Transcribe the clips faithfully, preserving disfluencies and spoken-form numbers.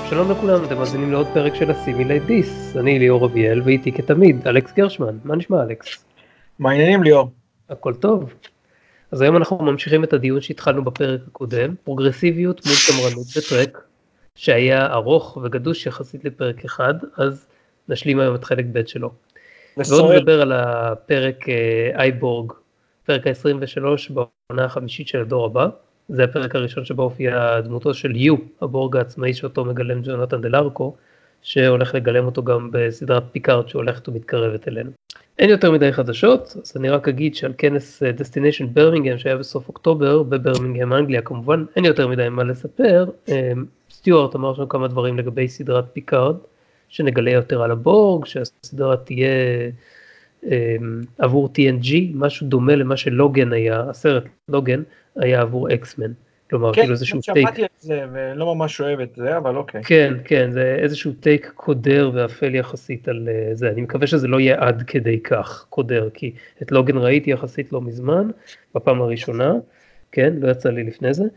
שלום לכולם, אתם מאזינים לעוד פרק של הסימילייט דיס. אני ליאור אביאל, ואיתי כתמיד, אלכס גרשמן. מה נשמע, אלכס? מה העניינים, ליאור? הכל טוב. אז היום אנחנו ממשיכים את הדיון שהתחלנו בפרק הקודם, פרוגרסיביות מול שמרנות בטרק, שהיה ארוך וגדוש יחסית לפרק אחד, אז נשלים היום את חלק ב' שלו. ועוד נדבר על הפרק אייבורג, פרק ה-עשרים ושלוש בעונה החמישית של הדור הבא. זה הפרק הראשון שבו הופיע דמותו של יו, הבורג העצמאי שאותו מגלם ג'ונתן דלארקו, שהולך לגלם אותו גם בסדרת פיקארד שהולכת ומתקרבת אלינו. אין יותר מדי חדשות, אז אני רק אגיד שעל כנס דסטיניישן ברמינגהם שהיה בסוף אוקטובר, בברמינגהם אנגליה כמובן, אין יותר מדי מה לספר. סטיוארט אמר שם כמה דברים לגבי סדרת פיקארד, שנגלה יותר על הבורג, שהסדרה תהיה עבור טי אן ג'י, משהו דומה למה שלוגן היה, הסרט לוגן היה עבור אקסמן. כלומר, כן, כאילו איזשהו טייק. שמעתי את זה ולא ממש אוהב את זה, אבל אוקיי. כן, כן, זה איזשהו טייק קודר ואפל יחסית על זה. אני מקווה שזה לא יהיה עד כדי כך קודר, כי את לוגן ראיתי יחסית לא מזמן, בפעם הראשונה, כן, לא יצא לי לפני זה,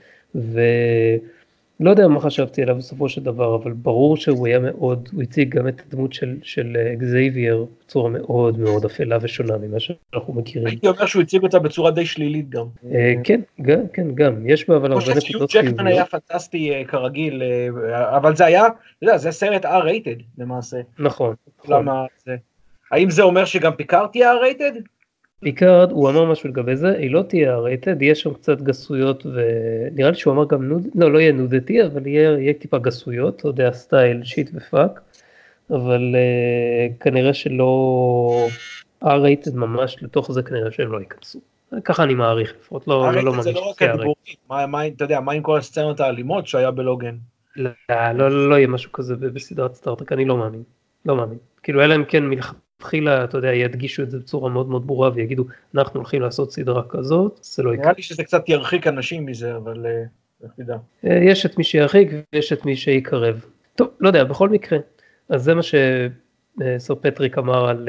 ולא יודע מה חשבתי עליו בסופו של דבר, אבל ברור שהוא היה מאוד, הוא הציג גם את הדמות של, של אקזייבייר בצורה מאוד מאוד אפלה ושונה ממה שאנחנו מכירים. הייתי אומר שהוא הציג אותה בצורה די שלילית גם. כן, גם, כן, גם, יש בה אבל הרבה נקודות חיוביות. אני חושב שיו ג'קמן היה פנטסטי כרגיל, אבל זה היה, אתה יודע, זה סרט אר-רייטד למעשה. נכון. למה זה? האם זה אומר שגם פיקארד תהיה אר-רייטד? פיקארד, הוא אמר משהו לגבי זה, היא לא תהיה אר-רייטד, יש שם קצת גסויות, ונראה לי שהוא אמר גם נוד, לא, לא יהיה נודתי, אבל יהיה, יהיה טיפה גסויות, לא יודע, סטייל, שיט ופאק, אבל uh, כנראה שלא אר-רייטד ממש, לתוך זה כנראה שהם לא ייכנסו. ככה אני מעריך, לפחות לא, לא, לא זה לא רק הדיבורים, מה, מה, אתה יודע, מה עם כל הסצנות האלימות שהיה בלוגן? לא, לא, לא, לא יהיה משהו כזה בסדרת סטארטרק, אני לא מאמין, לא מאמין. כאילו, אלא אם כן מלכתחילה, אתה יודע, ידגישו את זה בצורה מאוד מאוד ברורה, ויגידו, אנחנו הולכים לעשות סדרה כזאת, זה לא יקרה. נראה לי שזה קצת ירחיק אנשים מזה, אבל איך תדע. יש את מי שירחיק, ויש את מי שיקרב. טוב, לא יודע, בכל מקרה. אז זה מה שסר פטריק אמר על,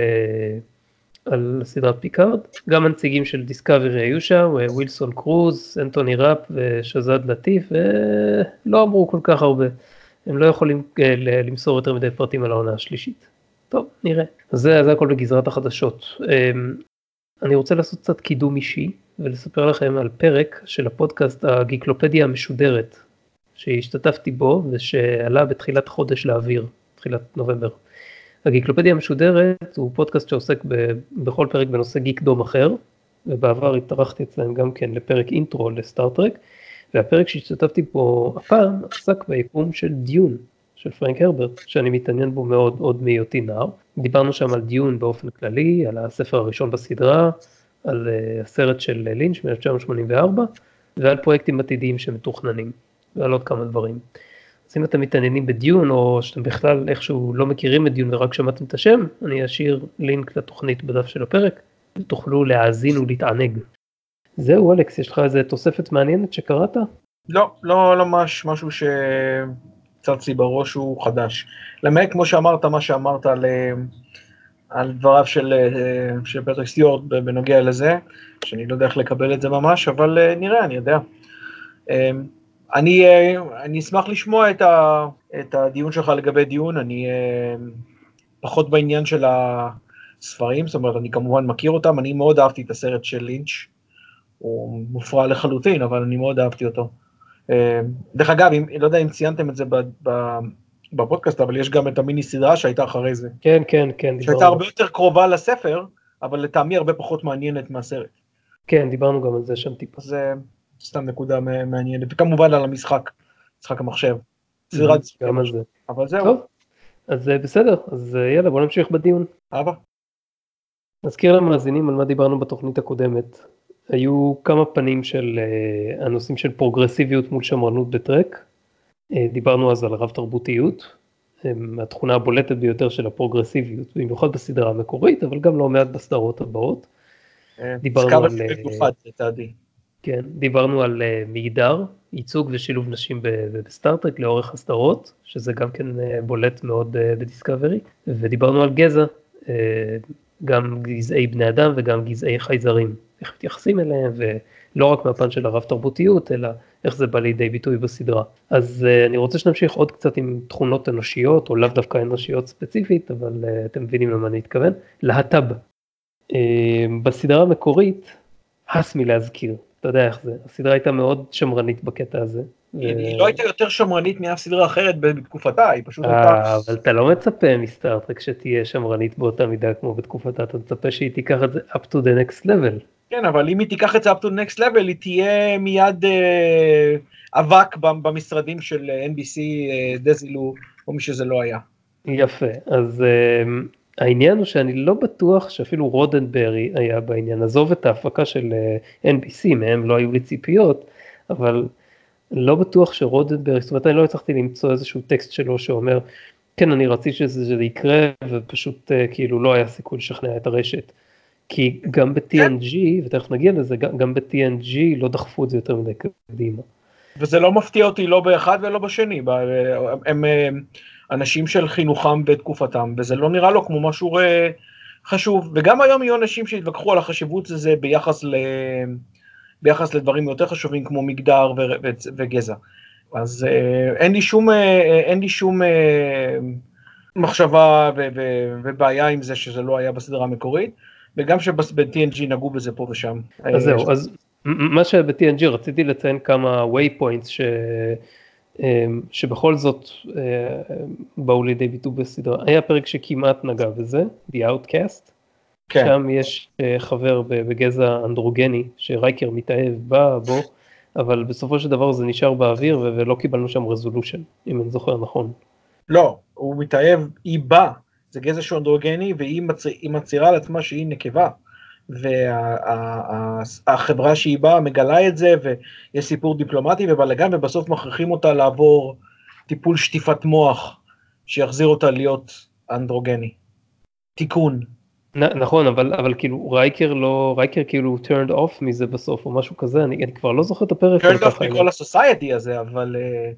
על סדרת פיקארד. גם הנציגים של דיסקאברי היו שם, ווילסון קרוז, אנטוני ראפ ושזד לטיף, ולא אמרו כל כך הרבה. הם לא יכולים למסור יותר מדי פרטים על העונה השלישית. טוב, נראה. אז זה, זה הכל בגזרת החדשות. אני רוצה לעשות קצת קידום אישי, ולספר לכם על פרק של הפודקאסט הגיקלופדיה המשודרת, שהשתתפתי בו, ושעלה בתחילת חודש לאוויר, תחילת נובמבר. הגיקלופדיה המשודרת הוא פודקאסט שעוסק ב, בכל פרק בנושא גיקדום אחר, ובעבר התארחתי אצלם גם כן לפרק אינטרו לסטארטרק, והפרק שהשתתפתי בו הפעם עסק ביקום של דיון, של פרנק הרברט, שאני מתעניין בו מאוד עוד מהיותי נער. דיברנו שם על דיון באופן כללי, על הספר הראשון בסדרה, על uh, הסרט של לינץ' מ-אלף תשע מאות שמונים וארבע, ועל פרויקטים עתידיים שמתוכננים, ועל עוד כמה דברים. אז אם אתם מתעניינים בדיון, או שאתם בכלל איכשהו לא מכירים את דיון ורק שמעתם את השם, אני אשאיר לינק לתוכנית בדף של הפרק, ותוכלו להאזין ולהתענג. זהו, אלכס, יש לך איזה תוספת מעניינת שקראת? לא, לא, לא ממש, משהו שצצי בראש הוא חדש. למעט, כמו שאמרת, מה שאמרת על, על דבריו של, של פטריק סטיוארט בנוגע לזה, שאני לא יודע איך לקבל את זה ממש, אבל נראה, אני יודע. אני, אני אשמח לשמוע את, ה, את הדיון שלך לגבי דיון, אני פחות בעניין של הספרים, זאת אומרת, אני כמובן מכיר אותם, אני מאוד אהבתי את הסרט של לינץ', הוא מופרע לחלוטין, אבל אני מאוד אהבתי אותו. דרך אגב, אני לא יודע אם ציינתם את זה בפודקאסט, אבל יש גם את המיני סדרה שהייתה אחרי זה. כן, כן, כן. שהייתה הרבה יותר קרובה לספר, אבל לטעמי הרבה פחות מעניינת מהסרט. כן, דיברנו גם על זה שם טיפה. זה סתם נקודה מעניינת, וכמובן על המשחק, משחק המחשב. סדרת גם על זה. אבל זהו. טוב, אז בסדר, אז יאללה, בוא נמשיך בדיון. אבא. נזכיר למאזינים על מה דיברנו בתוכנית הקודמת. היו כמה פנים של uh, הנושאים של פרוגרסיביות מול שמרנות בטרק. Uh, דיברנו אז על רב תרבותיות, um, התכונה הבולטת ביותר של הפרוגרסיביות, במיוחד בסדרה המקורית, אבל גם לא מעט בסדרות הבאות. דיברנו על... במיוחד, לצעדי. כן, דיברנו על uh, מגדר, ייצוג ושילוב נשים בסטארטרק לאורך הסדרות, שזה גם כן uh, בולט מאוד uh, בדיסקאברי, ודיברנו על גזע, uh, גם גזעי בני אדם וגם גזעי חייזרים. איך מתייחסים אליהם לא רק מהפן של הרב תרבותיות, אלא איך זה בא לידי ביטוי בסדרה. אז uh, אני רוצה שנמשיך עוד קצת עם תכונות אנושיות, או לאו דווקא אנושיות ספציפית, אבל uh, אתם מבינים למה אני מתכוון. להט"ב. Uh, בסדרה המקורית, הס מלהזכיר, אתה יודע איך זה, הסדרה הייתה מאוד שמרנית בקטע הזה. היא לא הייתה יותר שמרנית מאף סדרה אחרת בתקופתה, היא פשוט הייתה... אבל אתה לא מצפה מסטארטרק שתהיה שמרנית באותה מידה כמו בתקופתה, אתה מצפה שהיא תיקח את זה up to the next level. כן, אבל אם היא תיקח את זה up to the next level, היא תהיה מיד אבק במשרדים של אן בי סי, דזילו, או מי שזה לא היה. יפה, אז העניין הוא שאני לא בטוח שאפילו רודנברי היה בעניין, עזוב את ההפקה של אן בי סי, מהם לא היו לי ציפיות, אבל לא בטוח שרודנברי, זאת אומרת אני לא הצלחתי למצוא איזשהו טקסט שלו שאומר, כן אני רציתי שזה יקרה, ופשוט כאילו לא היה סיכוי לשכנע את הרשת, כי גם ב-טי אן ג'י, ותכף נגיע לזה, גם ב-טי אן ג'י לא דחפו את זה יותר מדי קדימה. וזה לא מפתיע אותי לא באחד ולא בשני, הם אנשים של חינוכם בתקופתם, וזה לא נראה לו כמו משהו חשוב, וגם היום יהיו אנשים שהתווכחו על החשיבות הזה ביחס, ל... ביחס לדברים יותר חשובים כמו מגדר ו... וגזע. אז אין לי שום, אין לי שום מחשבה ו... ו... ובעיה עם זה שזה לא היה בסדרה המקורית, וגם שב-טי אן ג'י נגעו בזה פה ושם. אז זהו, אז מה שב-טי אן ג'י רציתי לציין כמה waypoints ש... שבכל זאת באו לידי ביטוי בסדרה. היה פרק שכמעט נגע בזה, The Outcast, כן. שם יש חבר בגזע אנדרוגני שרייקר מתאהב בה בו, אבל בסופו של דבר זה נשאר באוויר ולא קיבלנו שם רזולושן, אם אני זוכר נכון. לא, הוא מתאהב, היא בא, זה גזע שהוא אנדרוגני והיא מציר, מצהירה על עצמה שהיא נקבה. והחברה שהיא באה מגלה את זה, ויש סיפור דיפלומטי ובלגן, ובסוף מכריחים אותה לעבור טיפול שטיפת מוח, שיחזיר אותה להיות אנדרוגני. תיקון. נכון, אבל, אבל כאילו רייקר לא, רייקר כאילו turned off מזה בסוף, או משהו כזה, אני, אני כבר לא זוכר את הפרק. turned off מכל הסוסייטי הזה, אבל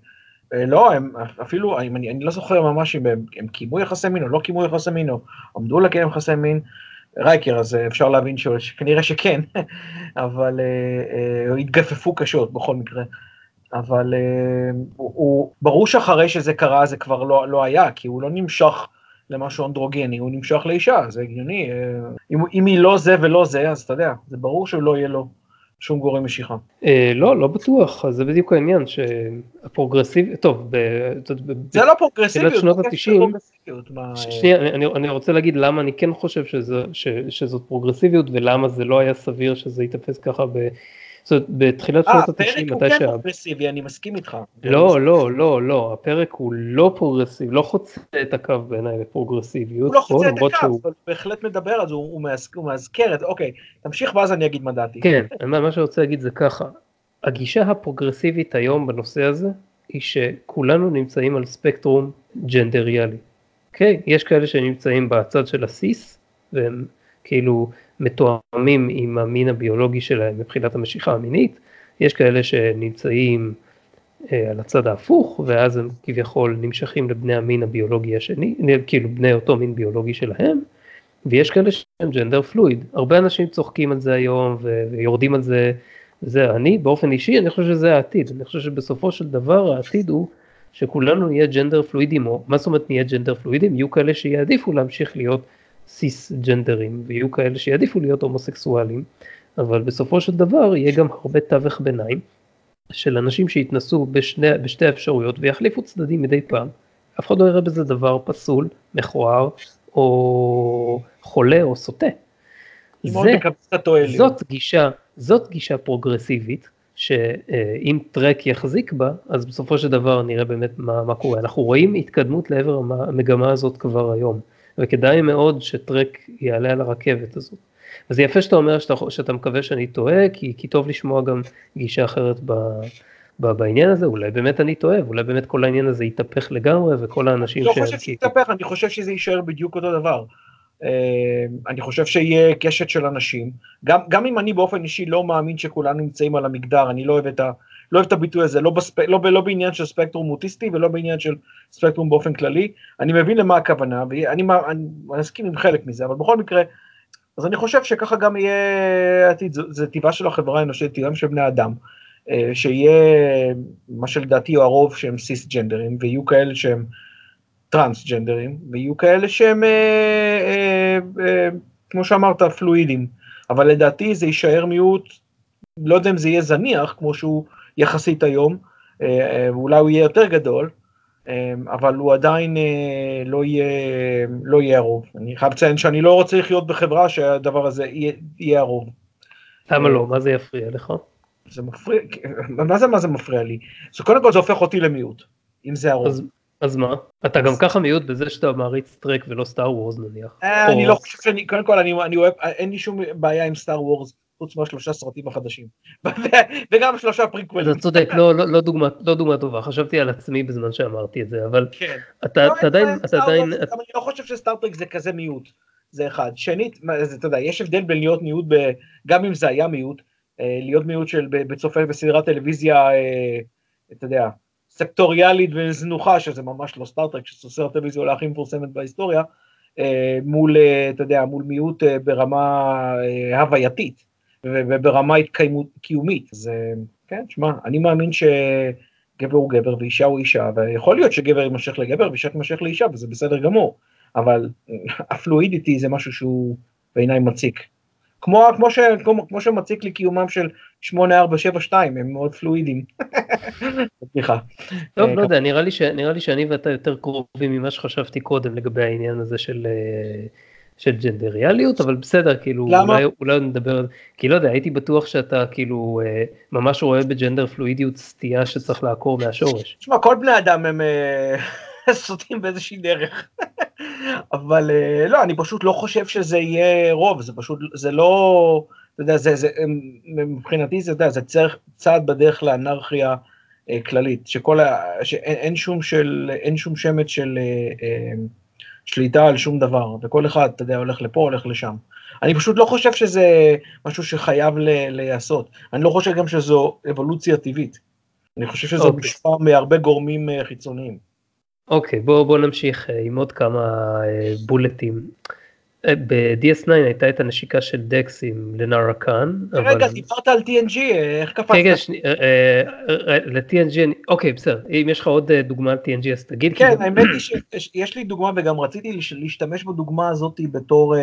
לא, הם אפילו, אני, אני לא זוכר ממש אם הם, הם קימו יחסי מין, או לא קימו יחסי מין, או עמדו לקיים יחסי מין, רייקר, אז אפשר להבין שכנראה שכן, אבל uh, התגפפו קשות בכל מקרה, אבל uh, הוא, הוא, ברור שאחרי שזה קרה זה כבר לא, לא היה, כי הוא לא נמשך למשהו אנדרוגני, הוא נמשך לאישה, זה הגיוני, uh, אם, אם היא לא זה ולא זה, אז אתה יודע, זה ברור שהוא לא יהיה לו שום גורם משיכה. אה, לא, לא בטוח, זה בדיוק העניין, שהפרוגרסיב, טוב, ב, זה ב, לא פרוגרסיביות, שנות ה-תשעים, שנייה, אני, אני רוצה להגיד למה אני כן חושב שזה, ש, שזאת פרוגרסיביות, ולמה זה לא היה סביר שזה יתאפס ככה ב... זאת אומרת, בתחילת שנות ה-תשעים, הפרק הוא כן פרוגרסיבי, אני מסכים איתך. לא, לא, לא, לא, הפרק הוא לא פרוגרסיבי, לא חוצה את הקו בעיניי לפרוגרסיביות. הוא לא חוצה את הקו, אבל הוא בהחלט מדבר על זה, הוא מאזכר את זה, אוקיי, תמשיך ואז אני אגיד מה דעתי. כן, מה שאני רוצה להגיד זה ככה, הגישה הפרוגרסיבית היום בנושא הזה, היא שכולנו נמצאים על ספקטרום ג'נדריאלי. אוקיי? יש כאלה שנמצאים בצד של הסיס, והם כאילו מתואמים עם המין הביולוגי שלהם מבחינת המשיכה המינית, יש כאלה שנמצאים אה, על הצד ההפוך, ואז הם כביכול נמשכים לבני המין הביולוגי השני, כאילו בני אותו מין ביולוגי שלהם, ויש כאלה שהם ג'נדר פלואיד. הרבה אנשים צוחקים על זה היום ו- ויורדים על זה, וזה אני באופן אישי, אני חושב שזה העתיד, אני חושב שבסופו של דבר העתיד הוא שכולנו נהיה ג'נדר פלואידים, או מה זאת אומרת נהיה ג'נדר פלואידים, יהיו כאלה שיעדיפו להמשיך להיות סיס ג'נדרים, ויהיו כאלה שיעדיפו להיות הומוסקסואלים, אבל בסופו של דבר יהיה גם הרבה תווך ביניים, של אנשים שהתנסו בשני, בשתי האפשרויות, ויחליפו צדדים מדי פעם, אף אחד לא יראה בזה דבר פסול, מכוער, או חולה או סוטה. זה, זאת גישה, זאת גישה פרוגרסיבית, שאם טרק יחזיק בה, אז בסופו של דבר נראה באמת מה, מה קורה. אנחנו רואים התקדמות לעבר המגמה הזאת כבר היום, וכדאי מאוד שטרק יעלה על הרכבת הזאת. אז יפה שאתה אומר שאתה, שאתה מקווה שאני טועה, כי, כי טוב לשמוע גם גישה אחרת ב, ב, בעניין הזה, אולי באמת אני טועה, אולי באמת כל העניין הזה יתהפך לגמרי, וכל האנשים... אני לא חושב שיתהפך, אני חושב שזה יישאר בדיוק אותו דבר. אני חושב שיהיה קשת של אנשים, גם, גם אם אני באופן אישי לא מאמין שכולנו נמצאים על המגדר, אני לא אוהב את, ה, לא אוהב את הביטוי הזה, לא, בספ, לא, לא בעניין של ספקטרום אוטיסטי, ולא בעניין של ספקטרום באופן כללי, אני מבין למה הכוונה, ואני אני מסכים עם חלק מזה, אבל בכל מקרה, אז אני חושב שככה גם יהיה עתיד, זה, זה טבעה של החברה האנושית, טבעם של בני אדם, שיהיה מה שלדעתי הוא הרוב שהם סיסג'נדרים, ויהיו כאלה שהם טרנסג'נדרים, ויהיו כאלה שהם, אה, אה, אה, כמו שאמרת, פלואידים, אבל לדעתי זה יישאר מיעוט, לא יודע אם זה יהיה זניח, כמו שהוא יחסית היום, אה, אולי הוא יהיה יותר גדול, אבל הוא עדיין לא יהיה, לא יהיה הרוב. אני חייב לציין שאני לא רוצה לחיות בחברה שהדבר הזה יהיה, יהיה הרוב. למה לא? מה זה יפריע לך? זה מפריע, מה זה, מה זה מפריע לי? זה קודם כל זה הופך אותי למיעוט, אם זה הרוב. אז, אז מה? אתה גם ככה מיעוט בזה שאתה מעריץ טרק ולא סטאר וורס נניח. אני לא חושב שאני, קודם כל אני, אני אוהב, אין לי שום בעיה עם סטאר וורס, חוץ מהשלושה סרטים החדשים. וגם שלושה פריקוולים. אתה צודק, לא, לא, לא דוגמה, לא דוגמה טובה, חשבתי על עצמי בזמן שאמרתי את זה, אבל אתה, אתה עדיין, אתה עדיין... אני לא חושב שסטארטרק זה כזה מיעוט, זה אחד. שנית, אתה יודע, יש הבדל בין להיות מיעוט, גם אם זה היה מיעוט, להיות מיעוט של בצופה בסדרת טלוויזיה, אתה יודע, סקטוריאלית וזנוחה, שזה ממש לא סטארטרק, שזה סרט טלוויזיה אולי הכי מפורסמת בהיסטוריה, מול, אתה יודע, מול מיעוט ברמה הווייתית, וברמה התקיימות קיומית. אז כן, תשמע, אני מאמין שגבר הוא גבר ואישה הוא אישה, ויכול להיות שגבר יימשך לגבר ואישה תימשך לאישה, וזה בסדר גמור, אבל הפלואידיטי זה משהו שהוא בעיניי מציק. כמו, כמו, ש, כמו, כמו שמציק לי קיומם של שמונה ארבע שבע שתיים, הם מאוד פלואידים. סליחה. טוב, לא יודע, נראה לי, ש, נראה לי שאני ואתה יותר קרובים ממה שחשבתי קודם לגבי העניין הזה של... של ג'נדריאליות, אבל בסדר, כאילו, אולי, אולי נדבר על זה, כי לא יודע, הייתי בטוח שאתה כאילו ממש רואה בג'נדר פלואידיות סטייה שצריך לעקור מהשורש. תשמע, כל בני אדם הם סוטים באיזושהי דרך, אבל לא, אני פשוט לא חושב שזה יהיה רוב, זה פשוט, זה לא, אתה יודע, זה, זה, מבחינתי זה, אתה יודע, זה צעד בדרך לאנרכיה כללית, שכל, שאין שום של, אין שום שמץ של, שליטה על שום דבר, וכל אחד, אתה יודע, הולך לפה, הולך לשם. אני פשוט לא חושב שזה משהו שחייב להיעשות. אני לא חושב גם שזו אבולוציה טבעית. אני חושב שזו okay. משפע מהרבה גורמים חיצוניים. אוקיי, okay, בואו בוא נמשיך עם עוד כמה בולטים. ב-די אס ניין הייתה את הנשיקה של דקס עם לנארקן. רגע, דיברת על טי אן ג'י, איך קפצת? כן, ל-טי אן ג'י, אוקיי, בסדר, אם יש לך עוד דוגמה על טי אן ג'י, אז תגיד. כן, האמת היא שיש לי דוגמה, וגם רציתי להשתמש בדוגמה הזאת בתור,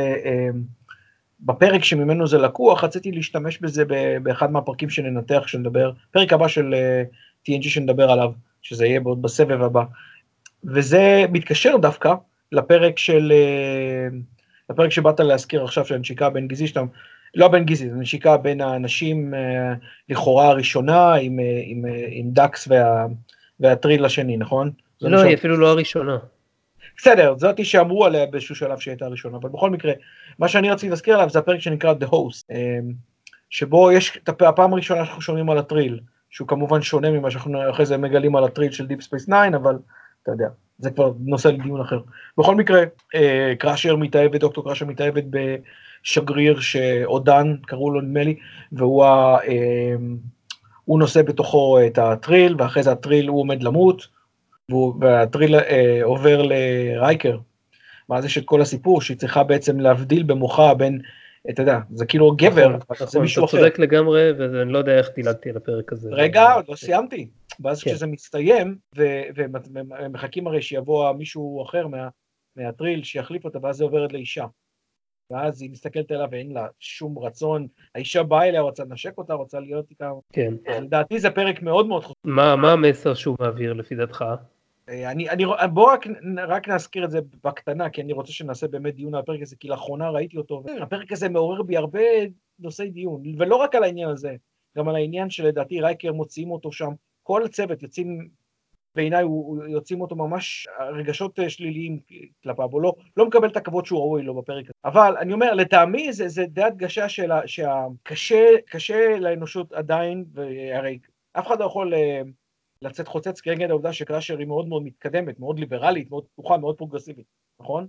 בפרק שממנו זה לקוח, רציתי להשתמש בזה באחד מהפרקים שננתח, שנדבר, פרק הבא של טי אן ג'י שנדבר עליו, שזה יהיה בעוד בסבב הבא, וזה מתקשר דווקא לפרק של... הפרק שבאת להזכיר עכשיו של הנשיקה בין גיזי, שאתה, לא בין גיזי, זה נשיקה בין האנשים אה, לכאורה הראשונה, עם, אה, עם, אה, עם דקס וה, והטריל השני, נכון? לא, היא אפילו לא הראשונה. בסדר, זאתי שאמרו עליה באיזשהו שלב שהייתה הראשונה, אבל בכל מקרה, מה שאני רציתי להזכיר עליו זה הפרק שנקרא The Host, אה, שבו יש, הפעם הראשונה שאנחנו שומעים על הטריל, שהוא כמובן שונה ממה שאנחנו אחרי זה מגלים על הטריל של Deep Space Nine, אבל אתה יודע, זה כבר נושא לדיון אחר. בכל מקרה, אה, קראשר מתאהבת, דוקטור קראשר מתאהבת בשגריר שעודן, קראו לו נדמה לי, והוא ה, אה, הוא נושא בתוכו את הטריל, ואחרי זה הטריל הוא עומד למות, והטריל אה, עובר לרייקר. ואז יש את כל הסיפור, שהיא צריכה בעצם להבדיל במוחה בין, אתה יודע, זה כאילו גבר, נכון, זה מישהו אחר. אתה צודק לגמרי, ואני לא יודע איך דילגתי על הפרק הזה. רגע, עוד לא סיימתי. ואז כשזה מסתיים, ומחכים הרי שיבוא מישהו אחר מהטריל שיחליף אותה, ואז זה עוברת לאישה. ואז היא מסתכלת עליה ואין לה שום רצון, האישה באה אליה, רוצה לנשק אותה, רוצה להיות איתה. כן. לדעתי זה פרק מאוד מאוד חשוב. מה המסר שהוא מעביר לפי דעתך? אני, אני, בוא רק, רק נזכיר את זה בקטנה, כי אני רוצה שנעשה באמת דיון על הפרק הזה, כי לאחרונה ראיתי אותו, הפרק הזה מעורר בי הרבה נושאי דיון, ולא רק על העניין הזה, גם על העניין שלדעתי רייקר מוציאים אותו שם, כל הצוות יוצאים, בעיניי יוצאים אותו ממש רגשות שליליים כלפיו, הוא לא, לא מקבל את הכבוד שהוא ראוי לו בפרק הזה. אבל אני אומר, לטעמי זה, זה די הדגשה שלה, שהקשה, קשה לאנושות עדיין, והרי אף אחד לא יכול לצאת חוצץ כנגד העובדה שקראשר היא מאוד מאוד מתקדמת, מאוד ליברלית, מאוד פתוחה, מאוד פרוגרסיבית, נכון?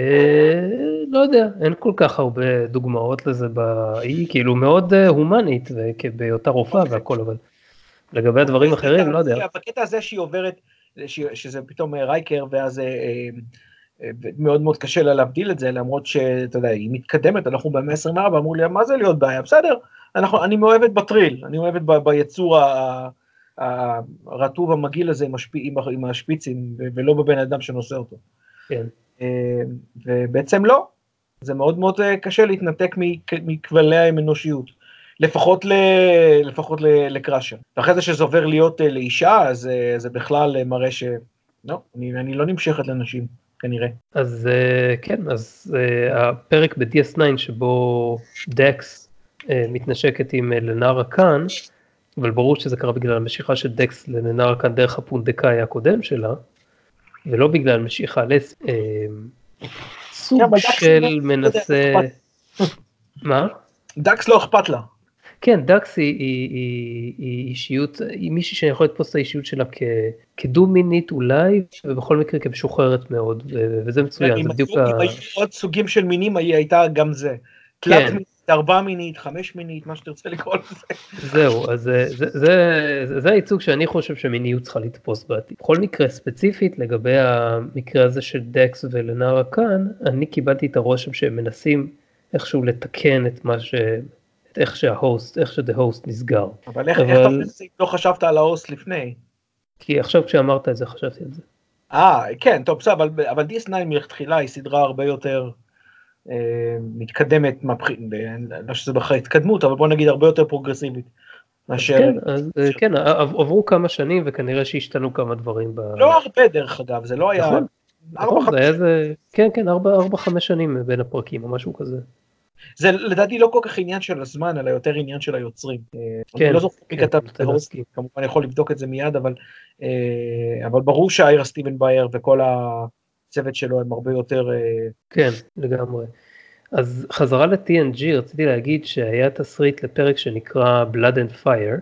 לא יודע, אין כל כך הרבה דוגמאות לזה, היא כאילו מאוד הומנית, בהיותה רופאה והכל, אבל לגבי הדברים אחרים, לא יודע. בקטע הזה שהיא עוברת, שזה פתאום רייקר, ואז מאוד מאוד קשה לה להבדיל את זה, למרות שאתה יודע, היא מתקדמת, אנחנו במאה ה-עשרים וארבע, אמרו לי, מה זה להיות בעיה? בסדר, אנחנו, אני מאוהבת בטריל, אני מאוהבת ב, ביצור הרטוב המגעיל הזה עם, השפ, עם, עם השפיצים, ולא בבן אדם שנושא אותו. כן. ובעצם לא, זה מאוד מאוד קשה להתנתק מכבלי האנושיות, לפחות, ל, לפחות ל, לקראשר. ואחרי זה שזה עובר להיות לאישה, אז זה בכלל מראה ש... לא, אני, אני לא נמשכת לנשים, כנראה. אז כן, אז הפרק ב-די אס ניין שבו דקס מתנשקת עם לנארה קאן, אבל ברור שזה קרה בגלל המשיכה של דקס לנארה קאן דרך הפונדקאי הקודם שלה, ולא בגלל משיכה לס... סוג של מנסה... מה? דקס לא אכפת לה. כן, דקס היא, היא, היא, היא אישיות, היא מישהי שיכול לתפוס את האישיות שלה כ, כדו-מינית אולי, ובכל מקרה כמשוחררת מאוד, ו, וזה מצוין, זה בדיוק ה... אם היו עוד סוגים של מינים, היא הייתה גם זה. תלת מינית, ארבע מינית, חמש מינית, מה שתרצה לקרוא לזה. זהו, אז זה, זה, זה, זה הייצוג שאני חושב שמיניות צריכה לתפוס בעתיד. בכל מקרה ספציפית, לגבי המקרה הזה של דקס ולנארה קאן, אני קיבלתי את הרושם שהם מנסים איכשהו לתקן את מה ש... איך שההוסט, איך שזה הוסט נסגר. אבל איך אתה לא חשבת על ההוסט לפני? כי עכשיו כשאמרת את זה חשבתי על זה. אה, כן, טוב, בסדר, אבל, אבל די אס ניין מלכתחילה היא סדרה הרבה יותר אה, מתקדמת, לא שזה בכלל התקדמות, אבל בוא נגיד הרבה יותר פרוגרסיבית. מאשר... כן, אז, כן, עברו כמה שנים וכנראה שהשתנו כמה דברים. ב... לא הרבה דרך אגב, זה לא היה... נכון, נכון, זה היה זה... כן, כן, ארבע, ארבע, חמש שנים בין הפרקים או משהו כזה. זה לדעתי לא כל כך עניין של הזמן, אלא יותר עניין של היוצרים. כן, אני לא זוכר מי כן, כתב את ההוסט, כמובן אני יכול לבדוק את זה מיד, אבל, אבל ברור שאיירה סטיבן בייר וכל הצוות שלו הם הרבה יותר... כן, לגמרי. אז חזרה ל-טי אן ג'י, רציתי להגיד שהיה תסריט לפרק שנקרא Blood and Fire,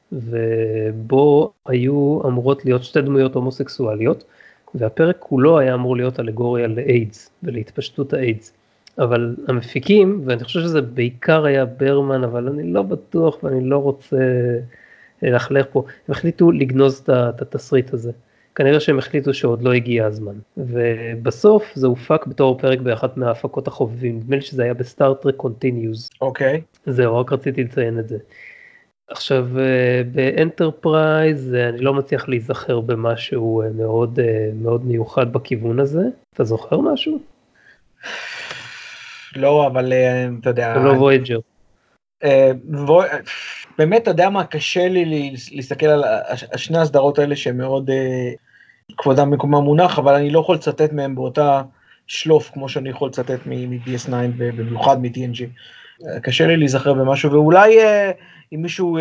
ובו היו אמורות להיות שתי דמויות הומוסקסואליות, והפרק כולו היה אמור להיות אלגוריה לאיידס ולהתפשטות האיידס. אבל המפיקים, ואני חושב שזה בעיקר היה ברמן, אבל אני לא בטוח ואני לא רוצה להחלך פה, הם החליטו לגנוז את התסריט הזה. כנראה שהם החליטו שעוד לא הגיע הזמן. ובסוף זה הופק בתור פרק באחת מההפקות החובבים, נדמה לי שזה היה בסטאר טרק קונטיניוז. אוקיי. זהו, רק רציתי לציין את זה. עכשיו, באנטרפרייז אני לא מצליח להיזכר במשהו מאוד, מאוד מיוחד בכיוון הזה. אתה זוכר משהו? לא, אבל אתה יודע... לא וויג'ר. באמת, אתה יודע מה, קשה לי להסתכל על שני הסדרות האלה שהן מאוד כבודם מקומם מונח, אבל אני לא יכול לצטט מהם באותה שלוף כמו שאני יכול לצטט מ-די אס ניין ובמיוחד מ-טי אן ג'י. קשה לי להיזכר במשהו, ואולי אם מישהו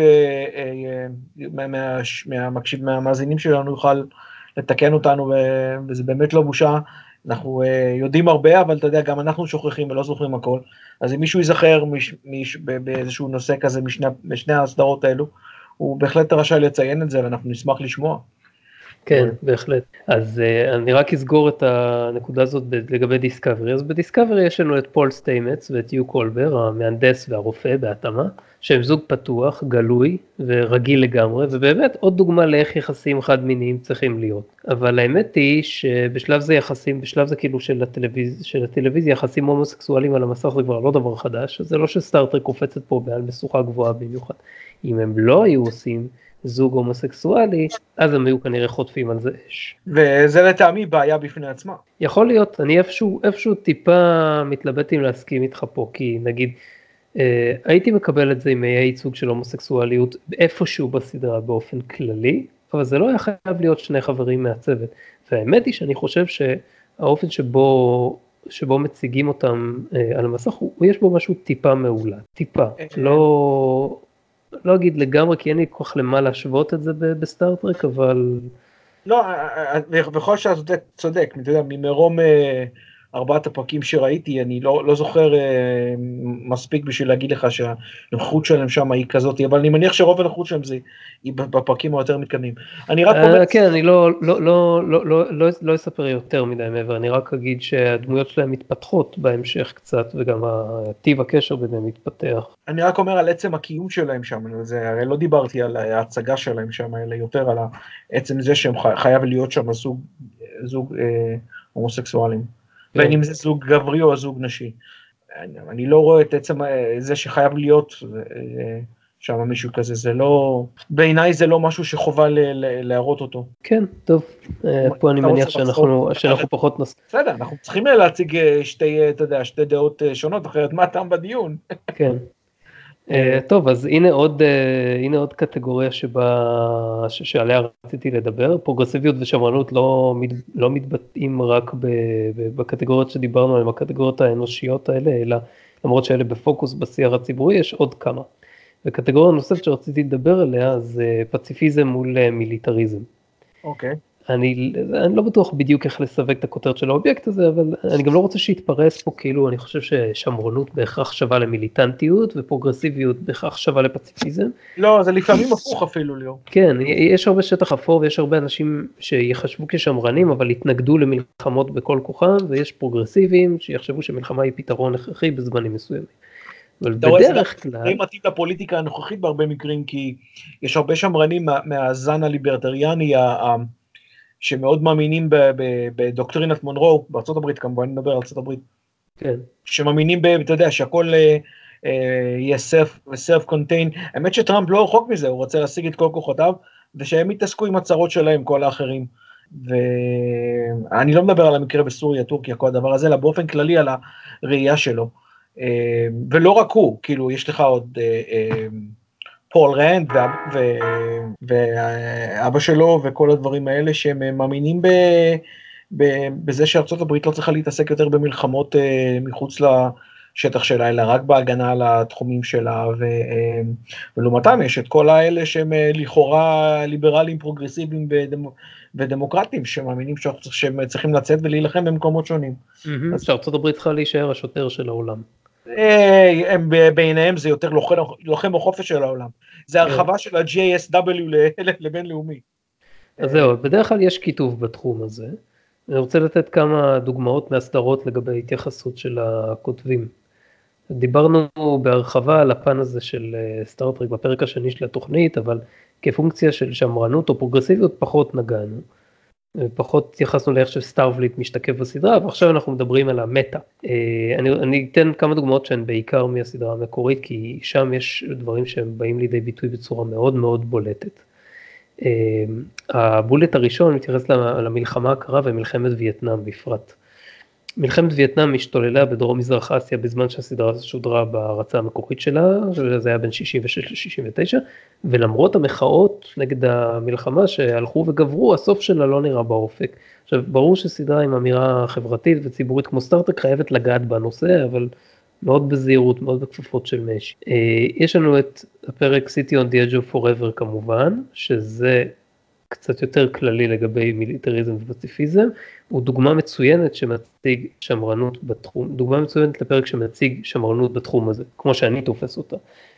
מהמקשיב, מהמאזינים שלנו יוכל לתקן אותנו, וזה באמת לא בושה, אנחנו יודעים הרבה, אבל אתה יודע, גם אנחנו שוכחים ולא זוכרים הכל, אז אם מישהו ייזכר באיזשהו נושא כזה משני הסדרות האלו, הוא בהחלט רשאי לציין את זה, ואנחנו נשמח לשמוע. כן, בהחלט. אז אני רק אסגור את הנקודה הזאת לגבי דיסקאברי. אז בדיסקאברי יש לנו את פול סטיימץ ואת יו קולבר, המהנדס והרופא בהתאמה, שהם זוג פתוח, גלוי ורגיל לגמרי, ובאמת עוד דוגמה לאיך יחסים חד מיניים צריכים להיות. אבל האמת היא שבשלב זה יחסים, בשלב זה כאילו של הטלוויזיה, של הטלוויזיה יחסים הומוסקסואליים על המסך זה כבר לא דבר חדש, אז זה לא שסטארטרק קופצת פה בעל משוכה גבוהה במיוחד. אם הם לא היו עושים זוג הומוסקסואלי, אז הם היו כנראה חוטפים על זה אש. וזה לטעמי בעיה בפני עצמה. יכול להיות, אני איפשהו, איפשהו טיפה מתלבט אם להסכים איתך פה, כי נגיד, אה, הייתי מקבל את זה אם היה ייצוג של הומוסקסואליות איפשהו בסדרה באופן כללי, אבל זה לא היה חייב להיות שני חברים מהצוות. והאמת היא שאני חושב שהאופן שבו, שבו מציגים אותם אה, על המסך, הוא, יש בו משהו טיפה מעולה, טיפה, לא... לא אגיד לגמרי, כי אין לי כל כך למה להשוות את זה בסטארטרק, אבל... לא, בכל שאתה צודק, אתה יודע, ממרום ארבעת הפרקים שראיתי, אני לא, לא זוכר מספיק בשביל להגיד לך שהנוחות שלהם שם היא כזאת, אבל אני מניח שרוב הנוחות שלהם זה היא בפרקים היותר מתקדמים. אני רק אומר... כן, אני לא, לא, לא, לא, לא, לא, לא אספר יותר מדי מעבר, אני רק אגיד שהדמויות שלהם מתפתחות בהמשך קצת, וגם טיב הקשר ביניהם מתפתח. אני רק אומר על עצם הקיום שלהם שם, זה, הרי לא דיברתי על ההצגה שלהם שם, אלא יותר על עצם זה שהם חייב להיות שם זוג, זוג אה, הומוסקסואלים. בין אם זה זוג גברי או זוג נשי. אני, אני לא רואה את עצם זה שחייב להיות שם מישהו כזה, זה לא, בעיניי זה לא משהו שחובה ל, ל, להראות אותו. כן, טוב, פה אני מניח שאנחנו, שאנחנו פחות נס... בסדר, אנחנו צריכים להציג שתי, אתה יודע, שתי דעות שונות, אחרת מה טעם בדיון? כן. טוב, אז הנה עוד, הנה עוד קטגוריה שבה, שעליה רציתי לדבר, פרוגרסיביות ושמרנות לא, לא מתבטאים רק בקטגוריות שדיברנו עליהן, הקטגוריות האנושיות האלה, אלא למרות שאלה בפוקוס בשיח הציבורי, יש עוד כמה. וקטגוריה נוספת שרציתי לדבר עליה זה פציפיזם מול מיליטריזם. אוקיי. אני, אני לא בטוח בדיוק איך לסווג את הכותרת של האובייקט הזה, אבל אני גם לא רוצה שיתפרס פה כאילו, אני חושב ששמרנות בהכרח שווה למיליטנטיות, ופרוגרסיביות בהכרח שווה לפציפיזם. לא, זה לפעמים הפוך אפילו, ליאור. כן, יש הרבה שטח אפור, ויש הרבה אנשים שיחשבו כשמרנים, אבל יתנגדו למלחמות בכל כוחם, ויש פרוגרסיביים שיחשבו שמלחמה היא פתרון הכרחי בזמנים מסוימים. אבל בדרך כלל... זה מתאים לפוליטיקה הנוכחית בהרבה מקרים, כי יש הרבה שמרנים מהזן הליברטריאני, שמאוד מאמינים בדוקטרינת מונרו, בארצות הברית כמובן, אני מדבר על ארצות הברית, כן. שמאמינים, אתה יודע, שהכל יהיה self-contained, האמת שטראמפ לא רחוק מזה, הוא רוצה להשיג את כל כוחותיו, ושהם יתעסקו עם הצרות שלהם, כל האחרים, ואני לא מדבר על המקרה בסוריה, טורקיה, כל הדבר הזה, אלא באופן כללי על הראייה שלו, ולא רק הוא, כאילו יש לך עוד פול רנד ואבא שלו וכל הדברים האלה שהם מאמינים בזה שארצות הברית לא צריכה להתעסק יותר במלחמות מחוץ לשטח שלה, אלא רק בהגנה על התחומים שלה, ולעומתם יש את כל האלה שהם לכאורה ליברליים, פרוגרסיביים ודמוקרטיים, שמאמינים שהם צריכים לצאת ולהילחם במקומות שונים. אז שארצות הברית צריכה להישאר השוטר של העולם. הם בעיניהם זה יותר לוחם בחופש של העולם, זה הרחבה של ה-ג'יי אס דאבליו לבינלאומי. אז זהו, בדרך כלל יש כיתוב בתחום הזה, אני רוצה לתת כמה דוגמאות מהסדרות לגבי התייחסות של הכותבים. דיברנו בהרחבה על הפן הזה של סטארטרק בפרק השני של התוכנית, אבל כפונקציה של שמרנות או פרוגרסיביות פחות נגענו. פחות התייחסנו לאיך שסטארפליט משתקף בסדרה, ועכשיו אנחנו מדברים על המטה. אני, אני אתן כמה דוגמאות שהן בעיקר מהסדרה המקורית, כי שם יש דברים שהם באים לידי ביטוי בצורה מאוד מאוד בולטת. הבולט הראשון מתייחס למלחמה הקרה ומלחמת וייטנאם בפרט. מלחמת וייטנאם משתוללה בדרום מזרח אסיה בזמן שהסדרה שודרה בהרצה המקורית שלה, שזה היה בין שישים ושש ל-שישים ותשע, ולמרות המחאות נגד המלחמה שהלכו וגברו, הסוף שלה לא נראה באופק. עכשיו, ברור שסדרה עם אמירה חברתית וציבורית כמו סטארטרק חייבת לגעת בנושא, אבל מאוד בזהירות, מאוד בכפפות של משי. יש לנו את הפרק City on the Edge of Forever כמובן, שזה קצת יותר כללי לגבי מיליטריזם ופציפיזם, הוא דוגמה מצוינת שמציג שמרנות בתחום, דוגמה מצוינת לפרק שמציג שמרנות בתחום הזה, כמו שאני תופס אותה.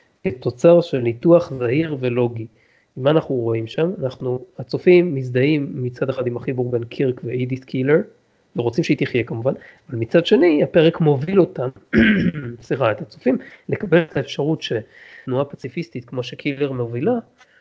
כתוצר של ניתוח זהיר ולוגי. מה אנחנו רואים שם? אנחנו, הצופים מזדהים מצד אחד עם החיבור בין קירק ואידית קילר, ורוצים שהיא תחיה כמובן, אבל מצד שני הפרק מוביל אותם, סליחה, את הצופים, לקבל את האפשרות שתנועה פציפיסטית כמו שקילר מובילה,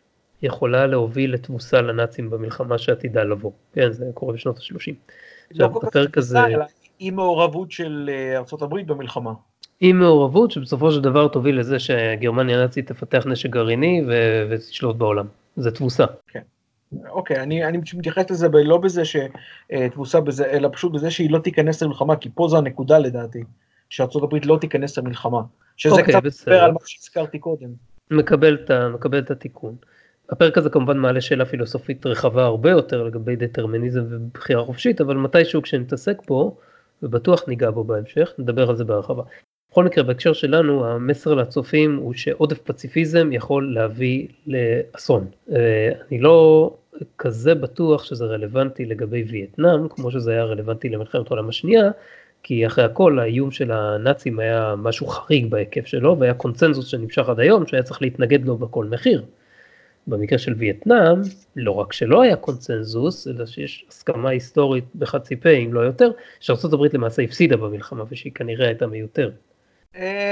יכולה להוביל לתבוסה לנאצים במלחמה שעתידה לבוא. כן, זה קורה בשנות ה-שלושים. לא כל כך תבוסה, אלא עם מעורבות של ארצות הברית במלחמה. עם מעורבות שבסופו של דבר תוביל לזה שגרמניה הנאצית תפתח נשק גרעיני ותשלוט בעולם. זה תבוסה. כן. אוקיי, אני, אני מתייחס לזה לא בזה שתבוסה בזה, אלא פשוט בזה שהיא לא תיכנס למלחמה, כי פה זו הנקודה לדעתי, שארצות הברית לא תיכנס למלחמה. שזה אוקיי, קצת בסדר. מדבר על מה שהזכרתי קודם. מקבל את, מקבל את התיקון. הפרק הזה כמובן מעלה שאלה פילוסופית רחבה הרבה יותר לגבי דטרמיניזם ובחירה חופשית, אבל מתישהו כשנתעסק פה, ובטוח ניגע בו בהמשך, נדבר על זה בהרחבה. בכל מקרה, בהקשר שלנו, המסר לצופים הוא שעודף פציפיזם יכול להביא לאסון. אני לא כזה בטוח שזה רלוונטי לגבי וייטנאם, כמו שזה היה רלוונטי למלחמת העולם השנייה, כי אחרי הכל האיום של הנאצים היה משהו חריג בהיקף שלו, והיה קונצנזוס שנמשך עד היום, שהיה צריך להתנגד לו בכל מחיר. במקרה של וייטנאם, לא רק שלא היה קונצנזוס, אלא שיש הסכמה היסטורית בחצי פה, אם לא יותר, שארצות הברית למעשה הפסידה במלחמה, ושהיא כנראה הייתה מיותר.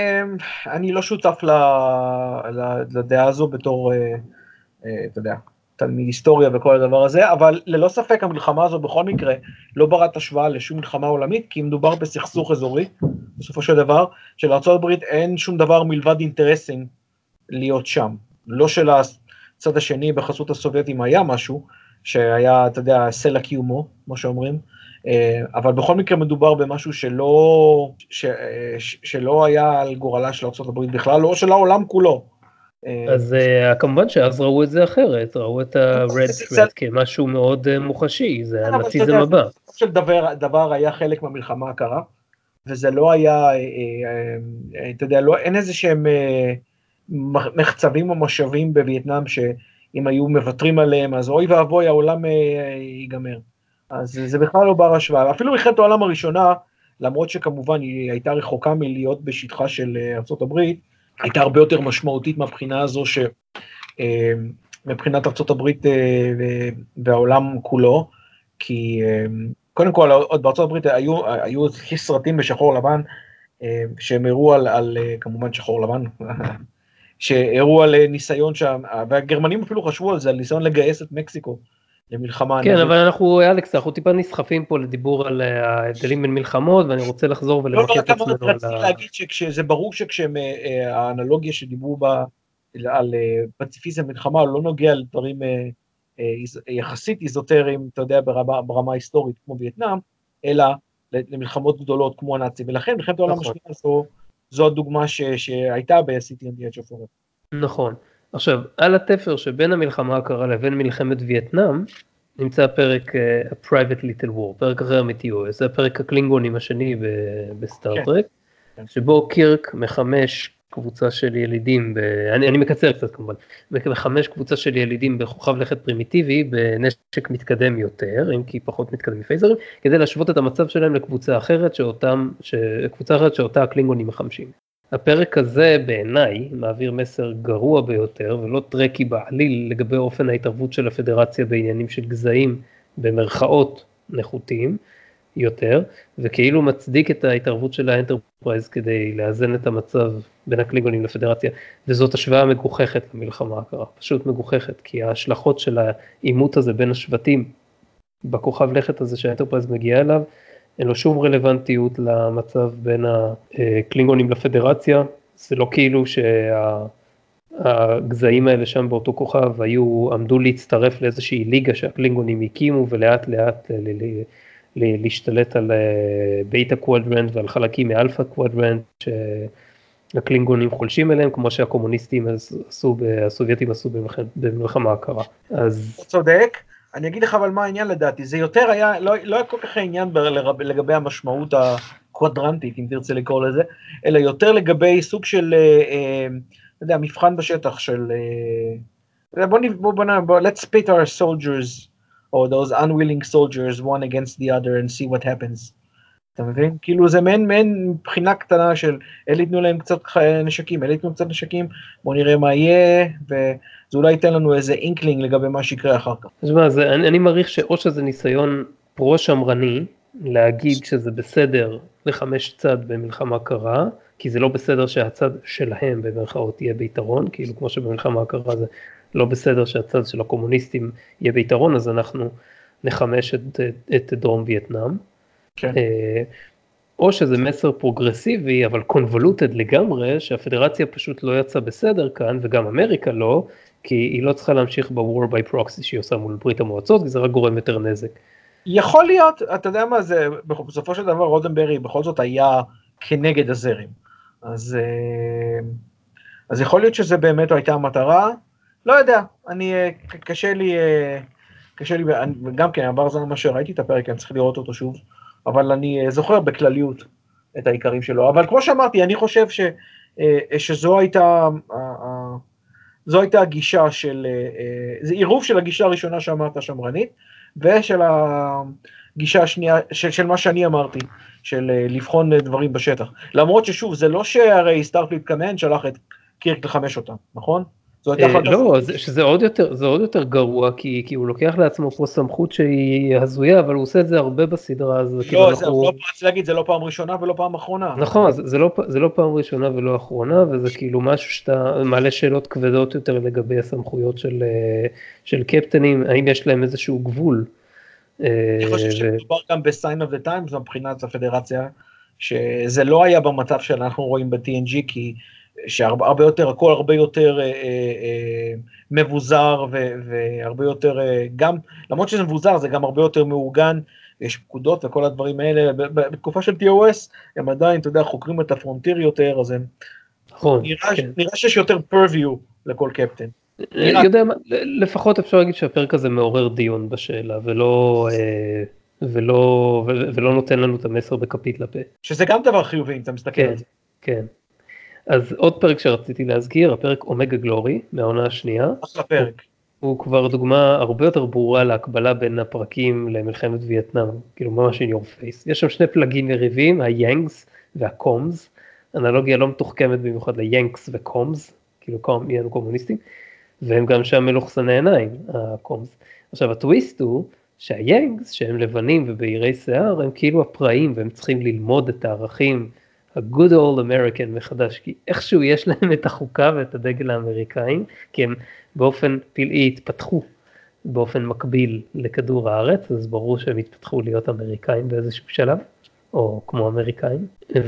אני לא שותף לדעה הזו בתור, אתה יודע, מהיסטוריה וכל הדבר הזה, אבל ללא ספק המלחמה הזו בכל מקרה לא ברת השוואה לשום מלחמה עולמית, כי מדובר בסכסוך אזורי, בסופו של דבר, שלארצות הברית אין שום דבר מלבד אינטרסים להיות שם, לא של הצד השני בחסות הסובייטים היה משהו, שהיה, אתה יודע, סלע קיומו, כמו שאומרים, אבל בכל מקרה מדובר במשהו שלא, ש, ש, שלא היה על גורלה של ארצות הברית בכלל, לא של העולם כולו. אז כמובן שאז ראו את זה אחרת, ראו את ה-Red Threat כמשהו מאוד מוחשי, זה הנאציזם הבא. של דבר, דבר היה חלק מהמלחמה הקרה, וזה לא היה, אתה יודע, לא, אין איזה שהם מחצבים או משאבים בווייטנאם, שאם היו מוותרים עליהם, אז אוי ואבוי, העולם ייגמר. אז זה בכלל לא בר השוואה. אפילו מלחמת העולם הראשונה, למרות שכמובן היא הייתה רחוקה מלהיות בשטחה של ארצות הברית, הייתה הרבה יותר משמעותית מהבחינה הזו, שמבחינת ארצות הברית והעולם כולו, כי קודם כל, עוד בארצות הברית היו, היו סרטים בשחור לבן, שהם הראו על, על כמובן שחור לבן, שהראו על ניסיון שם, והגרמנים אפילו חשבו על זה, על ניסיון לגייס את מקסיקו למלחמה. כן, אבל אנחנו, אלכס, אנחנו טיפה נסחפים פה לדיבור על ההבדלים בין מלחמות, ואני רוצה לחזור ולמקד את עצמנו. לא, לא, רציתי להגיד שזה ברור שכשהאנלוגיה שדיברו בה על פציפיזם מלחמה, לא נוגע לדברים יחסית איזוטריים, אתה יודע, ברמה, ברמה היסטורית כמו וייטנאם, אלא למלחמות גדולות כמו הנאצים, ולכן מלחמת העולם השנייה הזו, זו הדוגמה ש, שהייתה ב-City on the Edge of Forever. נכון. עכשיו, על התפר שבין המלחמה הקרה לבין מלחמת וייטנאם, נמצא פרק uh, A Private Little War, פרק אחר מ-טי או אס, זה הפרק הקלינגונים השני בסטארטרק, כן. שבו קירק מחמש קבוצה של ילידים, ב... אני, אני מקצר קצת כמובן, מחמש קבוצה של ילידים בכוכב לכת פרימיטיבי, בנשק מתקדם יותר, אם כי פחות מתקדם מפייזרים, כדי להשוות את המצב שלהם לקבוצה אחרת, שאותם, ש... קבוצה אחרת שאותה הקלינגונים מחמשים. הפרק הזה בעיניי מעביר מסר גרוע ביותר, ולא טרקי בעליל לגבי אופן ההתערבות של הפדרציה בעניינים של גזעים במרכאות נחותים יותר, וכאילו מצדיק את ההתערבות של האנטרפרייז כדי לאזן את המצב בין הקלינגונים לפדרציה, וזאת השוואה מגוחכת למלחמה הקרה, פשוט מגוחכת, כי ההשלכות של העימות הזה בין השבטים בכוכב לכת הזה שהאנטרפרייז מגיע אליו, אין לו שום רלוונטיות למצב בין הקלינגונים לפדרציה, זה לא כאילו שהגזעים האלה שם באותו כוכב היו, עמדו להצטרף לאיזושהי ליגה שהקלינגונים הקימו, ולאט לאט להשתלט על ביטה קוואדרנט ועל חלקים מאלפא קוואדרנט שהקלינגונים חולשים אליהם, כמו שהקומוניסטים עשו, הסובייטים עשו במלחמה הקרה. אז... צודק. אני אגיד לך אבל מה העניין לדעתי, זה יותר היה, לא, לא היה כל כך העניין לגבי המשמעות הקוואדרנטית, אם תרצה לקרוא לזה, אלא יותר לגבי סוג של, אה, אה, לא יודע, מבחן בשטח של, אה, בוא נבוא, בוא נבוא, let's pit our soldiers, or those unwilling soldiers, one against the other, and see what happens. אתה מבין? כאילו זה מעין, מעין בחינה קטנה של, אלה יתנו להם קצת נשקים, אלה יתנו קצת נשקים, בוא נראה מה יהיה, וזה אולי ייתן לנו איזה אינקלינג לגבי מה שיקרה אחר כך. אז מה, זה, אני, אני מעריך שאו שזה ניסיון פרו-שמרני, להגיד שזה בסדר לחמש צד במלחמה קרה, כי זה לא בסדר שהצד שלהם במרכאות יהיה ביתרון, כאילו כמו שבמלחמה הקרה זה לא בסדר שהצד של הקומוניסטים יהיה ביתרון, אז אנחנו נחמש את, את, את דרום וייטנאם. כן. או שזה מסר פרוגרסיבי, אבל קונבולוטד לגמרי, שהפדרציה פשוט לא יצאה בסדר כאן, וגם אמריקה לא, כי היא לא צריכה להמשיך ב-war by proxy שהיא עושה מול ברית המועצות, וזה רק גורם יותר נזק. יכול להיות, אתה יודע מה זה, בסופו של דבר רודנברי בכל זאת היה כנגד הזרם. אז, אז יכול להיות שזה באמת הייתה המטרה, לא יודע, אני, קשה לי, קשה לי, גם כן, עבר זמן מה שראיתי את הפרק, אני צריך לראות אותו שוב, אבל אני זוכר בכלליות את העיקרים שלו, אבל כמו שאמרתי, אני חושב ש, שזו הייתה, זו הייתה הגישה של, זה עירוב של הגישה הראשונה שאמרת שמרנית, ושל הגישה השנייה, של, של מה שאני אמרתי, של לבחון דברים בשטח. למרות ששוב, זה לא שהרי סטארפליט קמנד שלח את קירק לחמש אותם, נכון? זו הייתה החלטה... לא, שזה עוד יותר, זה עוד יותר גרוע, כי, כי הוא לוקח לעצמו פה סמכות שהיא הזויה, אבל הוא עושה את זה הרבה בסדרה, אז כאילו לא, אנחנו... לא פעם להגיד, זה לא פעם ראשונה ולא פעם אחרונה. נכון, זה, זה, לא, זה לא פעם ראשונה ולא אחרונה, וזה כאילו משהו שאתה מעלה שאלות כבדות יותר לגבי הסמכויות של, של קפטנים, האם יש להם איזשהו גבול. אני חושב שמדובר גם ב-sign of the times מבחינת הפדרציה, שזה לא היה במצב שאנחנו רואים ב-טי אן ג'י, כי שהרבה יותר, הכל הרבה יותר אה, אה, מבוזר, ו, והרבה יותר, אה, גם, למרות שזה מבוזר, זה גם הרבה יותר מאורגן, יש פקודות וכל הדברים האלה, בתקופה של טי או אס, הם עדיין, אתה יודע, חוקרים את הפרונטיר יותר, אז הם, נכון, נראה, כן. נראה שיש יותר purview לכל קפטן. יודע, לפחות אפשר להגיד שהפרק הזה מעורר דיון בשאלה, ולא, ולא, ולא נותן לנו את המסר בכפית לפה. שזה גם דבר חיובי, אם אתה מסתכל כן, על זה. כן. אז עוד פרק שרציתי להזכיר, הפרק אומגה גלורי, מהעונה השנייה. אחלה פרק. הוא, הוא כבר דוגמה הרבה יותר ברורה להקבלה בין הפרקים למלחמת וייטנאם, כאילו ממש in your face. יש שם שני פלגים יריבים, היאנגס והקומס, אנלוגיה לא מתוחכמת במיוחד ליאנקס וקומס, כאילו יהינו קומוניסטים, והם גם שם מלוכסני עיניים, הקומס. עכשיו הטוויסט הוא שהיאנגס, שהם לבנים ובעירי שיער, הם כאילו הפראים, והם צריכים ללמוד את הערכים, ה-good old American מחדש, כי איכשהו יש להם את החוקה ואת הדגל האמריקאים, כי הם באופן פלאי התפתחו באופן מקביל לכדור הארץ, אז ברור שהם התפתחו להיות אמריקאים באיזשהו שלב, או כמו אמריקאים,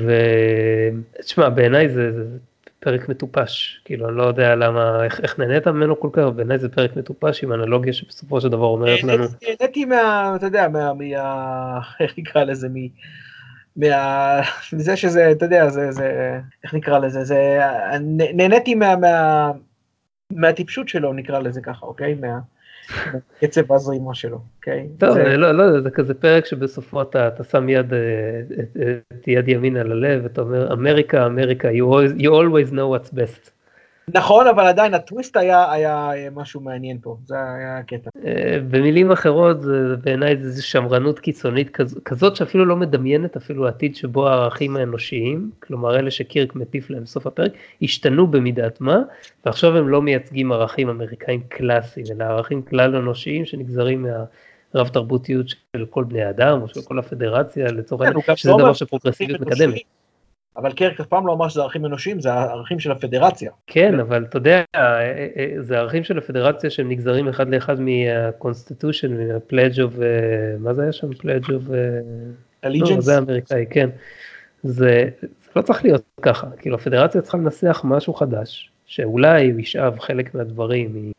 ותשמע, בעיניי זה, זה פרק מטופש, כאילו אני לא יודע למה, איך, איך נהנית ממנו כל כך, בעיניי זה פרק מטופש עם אנלוגיה שבסופו של דבר אומרת לנו. נהניתי מה, אתה יודע, מה, מה, איך נקרא לזה, מ... מה... מזה שזה, אתה יודע, זה, זה, איך נקרא לזה, זה, נהניתי מה, מה, מהטיפשות שלו, נקרא לזה ככה, אוקיי? מה, קצב הזרימה שלו, אוקיי? טוב, זה... לא, לא, זה כזה פרק שבסופו אתה, אתה שם יד, את יד ימין על הלב, ואתה אומר, אמריקה, אמריקה, you always, you always know what's best. נכון, אבל עדיין הטוויסט היה, היה משהו מעניין פה, זה היה הקטע. במילים אחרות, זה, בעיניי זה, זה שמרנות קיצונית כזאת, כזאת שאפילו לא מדמיינת אפילו העתיד שבו הערכים האנושיים, כלומר אלה שקירק מטיף להם בסוף הפרק, השתנו במידת מה, ועכשיו הם לא מייצגים ערכים אמריקאים קלאסיים, אלא ערכים כלל אנושיים שנגזרים מהרב תרבותיות של כל בני האדם, או של כל הפדרציה, לצורך העניין, שזה דבר שפרוגרסיביות מקדמת. אבל קרק אף פעם לא אמר שזה ערכים אנושיים, זה הערכים של הפדרציה. כן, אבל אתה יודע, זה הערכים של הפדרציה שהם נגזרים אחד לאחד מה-Constitution, מה-Pledge of, מה זה היה שם? Pledge of... Allegiance? זה האמריקאי, כן. זה לא צריך להיות ככה, כאילו הפדרציה צריכה לנסח משהו חדש, שאולי הוא ישאב חלק מהדברים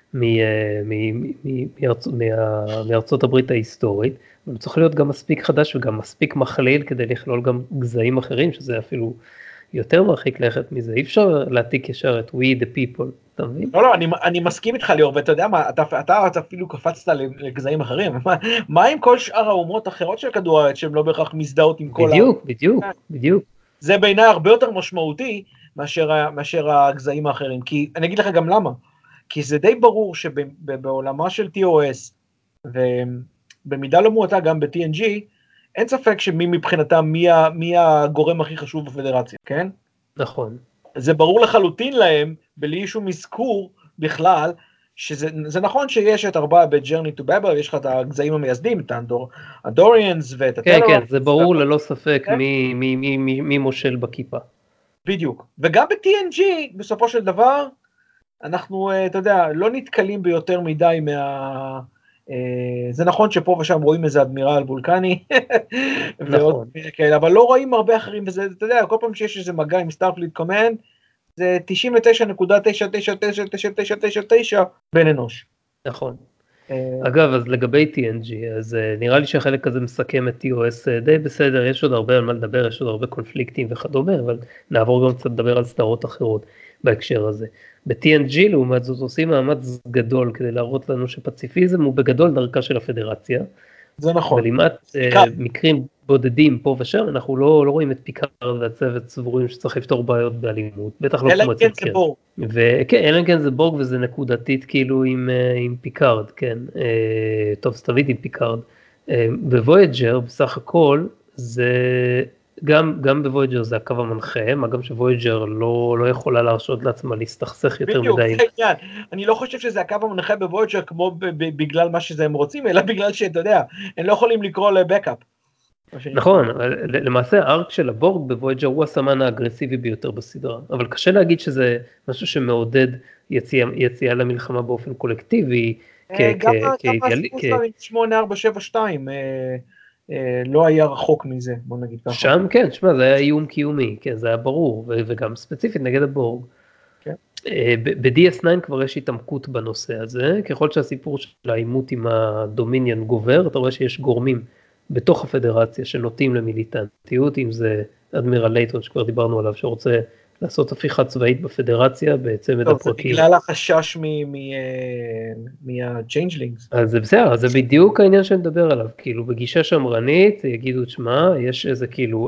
מארצות הברית ההיסטורית, אבל צריך להיות גם מספיק חדש וגם מספיק מכליל כדי לכלול גם גזעים אחרים, שזה אפילו יותר מרחיק לכת מזה, אי אפשר להעתיק ישר את we the people, אתה מבין? לא, לא, אני, אני מסכים איתך ליאור, ואתה יודע מה, אתה, אתה, אתה אפילו קפצת לגזעים אחרים, מה, מה עם כל שאר האומות אחרות של כדור הארץ, שהן לא בהכרח מזדהות עם כל... בדיוק, ה... בדיוק, בדיוק. זה בעיניי הרבה יותר משמעותי מאשר, מאשר הגזעים האחרים, כי אני אגיד לך גם למה, כי זה די ברור שבעולמה של טי או אס, ובמידה לא מועטה גם ב-טי אן ג'י, אין ספק שמי מבחינתם, מי, מי הגורם הכי חשוב בפדרציה, כן? נכון. זה ברור לחלוטין להם, בלי שום מזכור בכלל, שזה זה נכון שיש את ארבעה ב-Journey to Babel, יש לך את הגזעים המייסדים, את הדוריאנס ואת הטלורס. כן, כן, זה ברור ללא ספק מי, מי, מי, מי, מי מושל בכיפה. בדיוק. וגם ב-טי אן ג'י, בסופו של דבר, אנחנו, אתה יודע, לא נתקלים ביותר מדי מה... זה נכון שפה ושם רואים איזה אדמירל וולקני, ועוד כאלה, אבל לא רואים הרבה אחרים, וזה, אתה יודע, כל פעם שיש איזה מגע עם סטארפליט קומנד, זה תשעים ותשע נקודה תשע תשע תשע תשע תשע תשע תשע בן אנוש. נכון. אגב, אז לגבי טי אן ג'י, אז נראה לי שהחלק הזה מסכם את טי או אס די בסדר, יש עוד הרבה על מה לדבר, יש עוד הרבה קונפליקטים וכדומה, אבל נעבור גם קצת לדבר על סדרות אחרות בהקשר הזה. ב-טי אן ג'י לעומת זאת עושים מאמץ גדול כדי להראות לנו שפציפיזם הוא בגדול דרכה של הפדרציה. זה נכון. ולמעט מקרים בודדים פה ושם, אנחנו לא, לא רואים את פיקארד והצוות סבורים שצריך לפתור בעיות באלימות, בטח לא כמו אצל קרק. וכן, אלא אם כן זה בורג וזה נקודתית כאילו עם, עם פיקארד, כן. טוב, סתווית עם פיקארד. בוויג'ר בסך הכל זה, גם, גם בוויג'ר זה הקו המנחה, מה גם שוויג'ר לא, לא יכולה להרשות לעצמה להסתכסך יותר בדיוק, מדי. זה העניין. אני לא חושב שזה הקו המנחה בוויג'ר כמו בגלל מה שזה הם רוצים, אלא בגלל שאתה יודע, הם לא יכולים לקרוא לבקאפ. נכון, למעשה הארק של הבורג בוויג'ר הוא הסמן האגרסיבי ביותר בסדרה, אבל קשה להגיד שזה משהו שמעודד יציאה, יציאה למלחמה באופן קולקטיבי, גם הסיפור שלנו עם שמונה ארבע שבע שתיים לא היה רחוק מזה, בוא נגיד ככה. שם כן, שמה, זה היה איום קיומי, כן, זה היה ברור, וגם ספציפית נגד הבורג. ב-די אס ניין כבר יש התעמקות בנושא הזה, ככל שהסיפור של העימות עם הדומיניון גובר, אתה רואה שיש גורמים בתוך הפדרציה שנוטים למיליטנטיות, אם זה אדמירל לייטון שכבר דיברנו עליו, שרוצה לעשות הפיכה צבאית בפדרציה בצמד הפרקים. זה בגלל החשש מה-Changelings. אז זה בסדר, זה בדיוק העניין שאני מדבר עליו, כאילו בגישה שמרנית יגידו, שמה, יש איזה כאילו,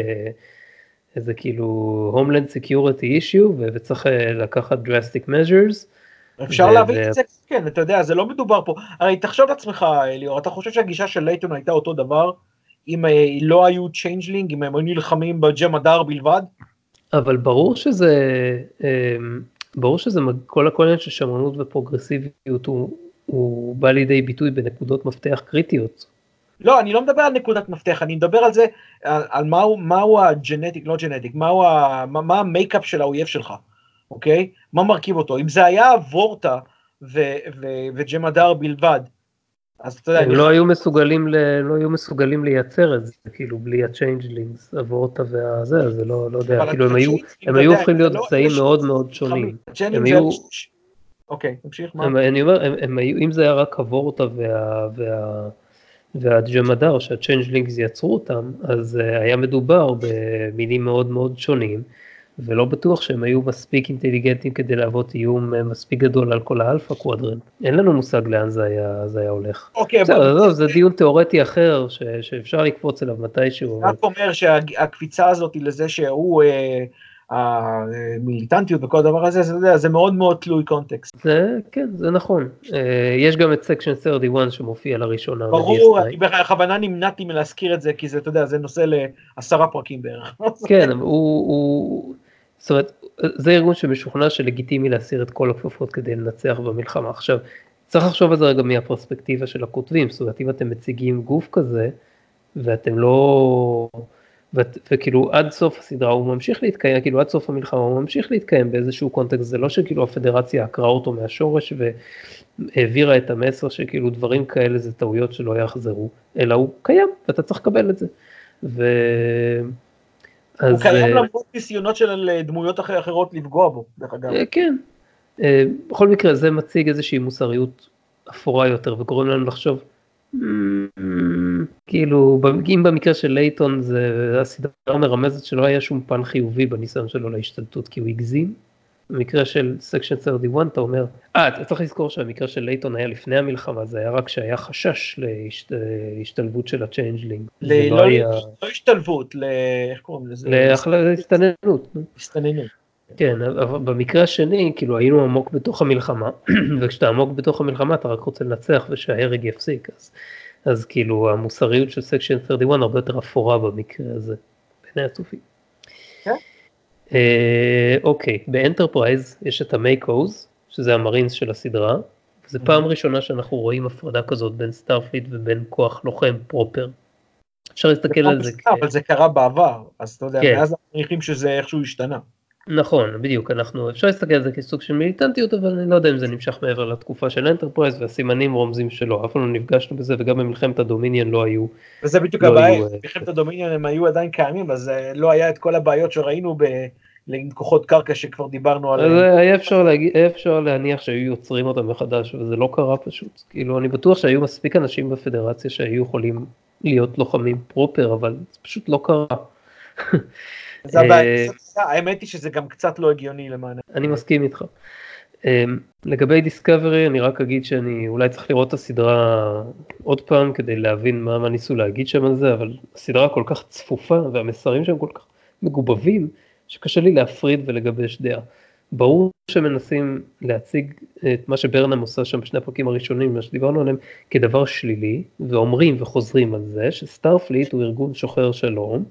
איזה כאילו Homeland Security issue, וצריך לקחת drastic measures. אפשר להבין את זה, כן, אתה יודע, זה לא מדובר פה, הרי תחשוב לעצמך, ליאור, אתה חושב שהגישה של לייטון הייתה אותו דבר, אם לא היו Changeling, אם הם היו נלחמים בג'מאדר בלבד? אבל ברור שזה, ברור שזה, כל הקולן של שמרנות ופרוגרסיביות הוא, הוא בא לידי ביטוי בנקודות מפתח קריטיות. לא, אני לא מדבר על נקודת מפתח, אני מדבר על זה, על, על מהו, מהו הג'נטיק, לא ג'נטיק, מהו ה, מה, מה המייקאפ של האויב שלך, אוקיי? מה מרכיב אותו? אם זה היה וורטה ו, ו, וג'מאדר בלבד, אז אתה יודע... הם לא היו מסוגלים, ל, לא היו מסוגלים לייצר את זה, כאילו, בלי הצ'יינג'לינגס, הוורטה והזה, זה לא, לא יודע, כאילו, הם היו, הם היו הופכים להיות גזעים מאוד מאוד שונים. הם היו... אוקיי, תמשיך, מה? אני אומר, הם היו, אם זה היה רק הוורטה וה... וה והג'מאדר שהצ'יינג'לינגס יצרו אותם, אז היה מדובר במינים מאוד מאוד שונים, ולא בטוח שהם היו מספיק אינטליגנטים כדי להוות איום מספיק גדול על כל האלפא קוואדרנט. אין לנו מושג לאן זה היה, זה היה הולך. אוקיי, בסדר, זה, זה דיון תיאורטי אחר, ש, שאפשר לקפוץ אליו מתישהו. רק אומר שהקפיצה הזאת היא לזה שהוא... המיליטנטיות וכל הדבר הזה, זה, זה מאוד מאוד תלוי קונטקסט. זה, כן, זה נכון. יש גם את סקשן שלושים ואחת שמופיע לראשונה. ברור, אני בכוונה נמנעתי מלהזכיר את זה, כי זה, אתה יודע, זה נושא לעשרה פרקים בערך. כן, הוא, הוא, זאת אומרת, זה ארגון שמשוכנע שלגיטימי להסיר את כל הכפפות כדי לנצח במלחמה. עכשיו, צריך לחשוב על זה רגע מהפרספקטיבה של הכותבים, זאת אומרת, אם אתם מציגים גוף כזה, ואתם לא... וכאילו עד סוף הסדרה הוא ממשיך להתקיים, כאילו עד סוף המלחמה הוא ממשיך להתקיים באיזשהו קונטקסט, זה לא שכאילו הפדרציה עקרה אותו מהשורש והעבירה את המסר שכאילו דברים כאלה זה טעויות שלא יחזרו, אלא הוא קיים ואתה צריך לקבל את זה. ו... הוא אז... קיים למרות ניסיונות של דמויות אחרות לפגוע בו, דרך אגב. כן, בכל מקרה זה מציג איזושהי מוסריות אפורה יותר וגורם לנו לחשוב, כאילו, אם במקרה של לייטון, הסדרה מרמזת שלא היה שום פן חיובי בניסיון שלו להשתלטות, כי הוא הגזים. במקרה של סקשן שלושים ואחת, אתה אומר, אה, אתה צריך לזכור שהמקרה של לייטון היה לפני המלחמה, זה היה רק שהיה חשש להשתלבות של הצ'יינג'לינג. לא השתלבות, איך קוראים לזה? להסתננות. הסתננות. כן, אבל במקרה השני, כאילו היינו עמוק בתוך המלחמה, וכשאתה עמוק בתוך המלחמה אתה רק רוצה לנצח ושההרג יפסיק, אז, אז כאילו המוסריות של סקשן שלושים ואחת הרבה יותר אפורה במקרה הזה, בעיני הצופים. כן. אה, אוקיי, באנטרפרייז יש את המייקוז, שזה המרינס של הסדרה, וזו פעם ראשונה שאנחנו רואים הפרדה כזאת בין סטארפליט ובין כוח לוחם פרופר. אפשר להסתכל על זה. אבל זה קרה בעבר, אז אתה יודע, מאז אנחנו מניחים שזה איכשהו השתנה. נכון, בדיוק, אנחנו, אפשר להסתכל על זה כסוג של מיליטנטיות, אבל אני לא יודע אם זה נמשך מעבר לתקופה של אנטרפרייז, והסימנים רומזים שלא, אף לא נפגשנו בזה, וגם במלחמת הדומיניון לא היו. וזה בדיוק הבעיה, במלחמת הדומיניון הם היו עדיין קיימים, אז לא היה את כל הבעיות שראינו לכוחות קרקע שכבר דיברנו עליהם. היה אפשר להגיד, היה אפשר להניח שהיו יוצרים אותם מחדש, וזה לא קרה פשוט. כאילו, אני בטוח שהיו מספיק אנשים בפדרציה שהיו יכולים להיות לוחמים פרופר, אבל זה פשוט לא קרה. זה הבעיה, האמת היא שזה גם קצת לא הגיוני למענה. אני מסכים איתך. לגבי דיסקאברי, אני רק אגיד שאני אולי צריך לראות את הסדרה עוד פעם, כדי להבין מה, מה ניסו להגיד שם על זה, אבל הסדרה כל כך צפופה, והמסרים שם כל כך מגובבים, שקשה לי להפריד ולגבש דעה. ברור שמנסים להציג את מה שברנם עושה שם בשני הפרקים הראשונים, מה שדיברנו עליהם, כדבר שלילי, ואומרים וחוזרים על זה, שסטארפליט הוא ארגון שוחר שלום,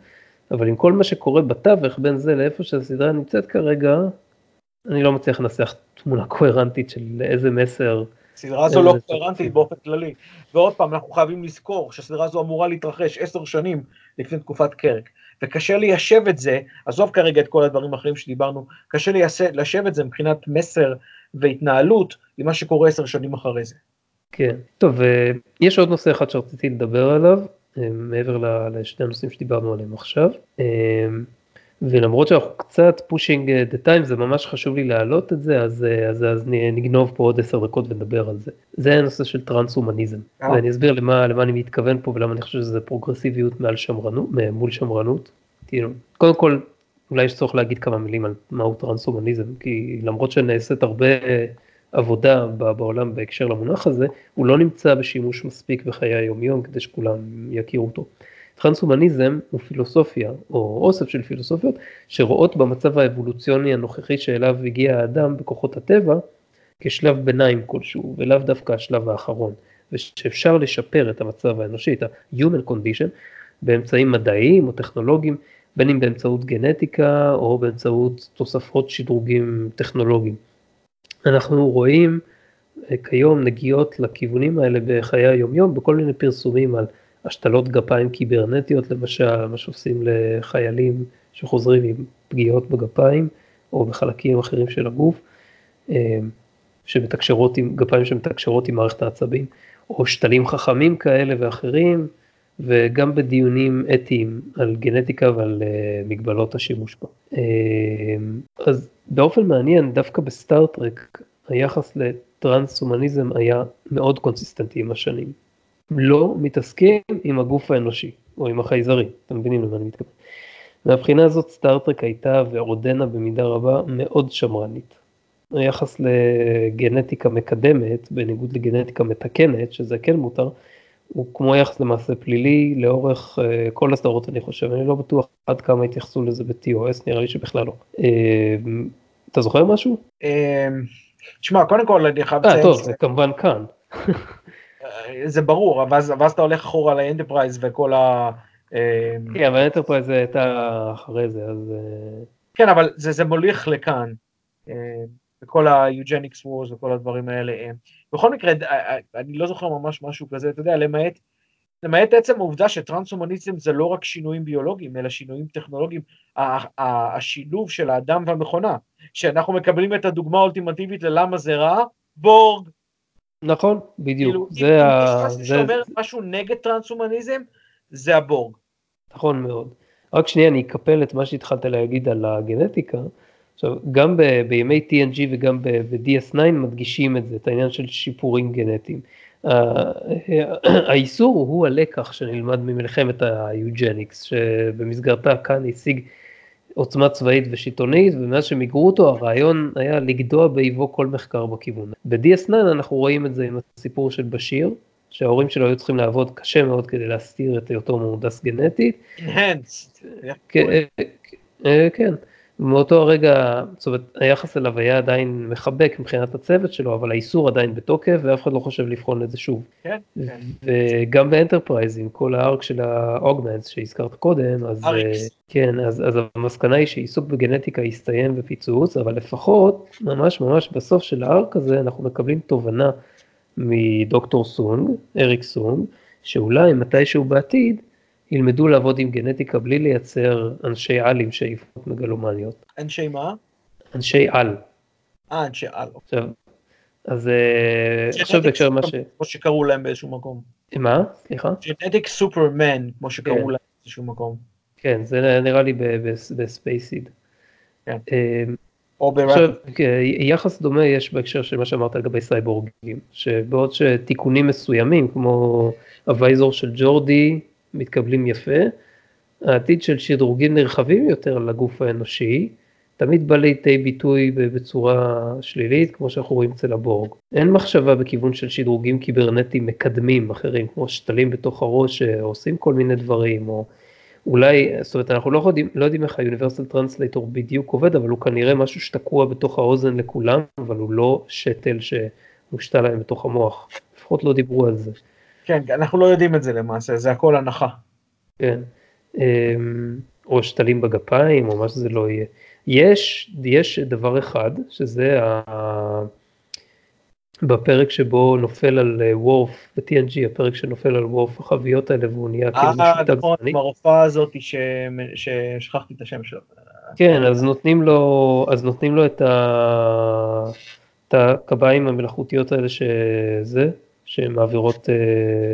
אבל עם כל מה שקורה בתווך בין זה לאיפה שהסדרה נמצאת כרגע, אני לא מצליח לנסח תמונה קוהרנטית של איזה מסר. סדרה זו לא קוהרנטית באופן כללי, ועוד פעם אנחנו חייבים לזכור שהסדרה זו אמורה להתרחש עשר שנים לפני תקופת קרק, וקשה ליישב את זה, עזוב כרגע את כל הדברים האחרים שדיברנו, קשה ליישב את זה מבחינת מסר והתנהלות למה שקורה עשר שנים אחרי זה. כן, טוב, יש עוד נושא אחד שרציתי לדבר עליו, מעבר לשני הנושאים שדיברנו עליהם עכשיו, ולמרות שאנחנו קצת pushing the time, זה ממש חשוב לי להעלות את זה, אז, אז, אז נגנוב פה עוד עשר דקות ונדבר על זה. זה הנושא של טרנס-הומניזם, oh. ואני אסביר למה, למה אני מתכוון פה, ולמה אני חושב שזה פרוגרסיביות מעל שמרנות, מול שמרנות. תראו, קודם כל, אולי יש צורך להגיד כמה מילים על מהו טרנס-הומניזם, כי למרות שנעשית הרבה עבודה בעולם בהקשר למונח הזה, הוא לא נמצא בשימוש מספיק בחיי היומיום, כדי שכולם יכירו אותו. טרנס-הומניזם הוא פילוסופיה, או אוסף של פילוסופיות, שרואות במצב האבולוציוני הנוכחי שאליו הגיע האדם בכוחות הטבע, כשלב ביניים כלשהו, ולאו דווקא השלב האחרון, ושאפשר לשפר את המצב האנושי, את ה-human condition, באמצעים מדעיים או טכנולוגיים, בין אם באמצעות גנטיקה, או באמצעות תוספות שדרוגים טכנולוגיים. אנחנו רואים כיום נגיעות לכיוונים האלה בחיי היומיום, בכל מיני פרסומים על השתלות גפיים קיברנטיות, למשל, מה שעושים לחיילים שחוזרים עם פגיעות בגפיים, או בחלקים אחרים של הגוף, שמתקשרות עם, גפיים שמתקשרות עם מערכת העצבים, או שתלים חכמים כאלה ואחרים, וגם בדיונים אתיים על גנטיקה ועל מגבלות השימוש בה. אז באופן מעניין, דווקא בסטארטרק, היחס לטרנס-הומניזם היה מאוד קונסיסטנטי עם השנים. לא מתעסקים עם הגוף האנושי, או עם החייזרים, אתם מבינים למה אני מתכוון. מהבחינה הזאת סטארטרק הייתה ועודנה במידה רבה מאוד שמרנית. היחס לגנטיקה מקדמת, בניגוד לגנטיקה מתקנת, שזה כן מותר, הוא כמו יחס למעשה פלילי לאורך uh, כל הסדרות אני חושב, אני לא בטוח עד כמה התייחסו לזה ב-טי או אס, נראה לי שבכלל לא. Uh, אתה זוכר משהו? תשמע, קודם כל אני חייב לציין... אה, טוב, זה כמובן כאן. זה ברור, ואז, ואז אתה הולך אחורה לאנטרפרייז וכל ה... כן, אבל האנטרפרייז הייתה אחרי זה, אז... כן, אבל זה, זה מוליך לכאן, וכל ה-Eugenics Wars וכל הדברים האלה. בכל מקרה, אני לא זוכר ממש משהו כזה, אתה יודע, למעט, למעט עצם העובדה שטרנס-הומניזם זה לא רק שינויים ביולוגיים, אלא שינויים טכנולוגיים, השילוב של האדם והמכונה, שאנחנו מקבלים את הדוגמה האולטימטיבית ללמה זה רע, בורג. נכון, בדיוק. כאילו, זה אם ה... יש משהו שאומר משהו נגד טרנס-הומניזם, זה הבורג. נכון מאוד. רק שנייה, אני אקפל את מה שהתחלת להגיד על הגנטיקה. עכשיו, גם ב- בימי טי אן ג'י וגם ב-די אס ניין מדגישים את זה, את העניין של שיפורים גנטיים. האיסור הוא הלקח שנלמד ממלחמת היוג'ניקס, שבמסגרתה כאן השיג עוצמה צבאית ושיטונית, ומאז שמיגרו אותו הרעיון היה לגדוע באיבו כל מחקר בכיוון. ב-די אס ניין אנחנו רואים את זה עם הסיפור של בשיר, שההורים שלו היו צריכים לעבוד קשה מאוד כדי להסתיר את היותו מהונדס גנטית. Enhanced. כן, מאותו הרגע, זאת אומרת, היחס אליו היה עדיין מחבק מבחינת הצוות שלו, אבל האיסור עדיין בתוקף, ואף אחד לא חושב לבחון את זה שוב. כן, כן. וגם באנטרפרייז, עם כל הארק של האוגמנטס שהזכרת קודם, אז כן, אז, אז המסקנה היא שעיסוק בגנטיקה יסתיים בפיצוץ, אבל לפחות, ממש ממש בסוף של הארק הזה, אנחנו מקבלים תובנה מדוקטור סונג, אריק סונג, שאולי מתישהו בעתיד, ילמדו לעבוד עם גנטיקה בלי לייצר אנשי על עם שאיפות מגלומניות. אנשי מה? אנשי על. אה, אנשי על. עכשיו, אז עכשיו בהקשר מה ש... כמו שקראו להם באיזשהו מקום. מה? סליחה? ג'נטיק סופרמן, כמו שקראו להם באיזשהו מקום. כן, זה נראה לי בספייסיד. כן. עכשיו, יחס דומה יש בהקשר של מה שאמרת לגבי סייבורגים, שבעוד שתיקונים מסוימים, כמו הוויזור של ג'ורדי, מתקבלים יפה, העתיד של שדרוגים נרחבים יותר לגוף האנושי, תמיד בא לידי ביטוי בצורה שלילית, כמו שאנחנו רואים אצל הבורג. אין מחשבה בכיוון של שדרוגים קיברנטיים מקדמים אחרים, כמו שתלים בתוך הראש שעושים כל מיני דברים, או אולי, זאת אומרת, אנחנו לא יודעים, לא יודעים איך ה-Universal Translator בדיוק עובד, אבל הוא כנראה משהו שתקוע בתוך האוזן לכולם, אבל הוא לא שתל שמושתל להם בתוך המוח. לפחות לא דיברו על זה. כן, אנחנו לא יודעים את זה למעשה, זה הכל הנחה. כן. או שתלים בגפיים, או מה שזה לא יהיה. יש, יש דבר אחד, שזה ה... בפרק שבו נופל על וורף, ב-טי אן ג'י, הפרק שנופל על וורף, החביות האלה, והוא נהיה כאילו משותק נכון, זמני. עם הרופאה הזאת ששכחתי את השם שלו. כן, אז נותנים לו, אז נותנים לו את ה... את הקביים המלאכותיות האלה שזה, שמעבירות אה,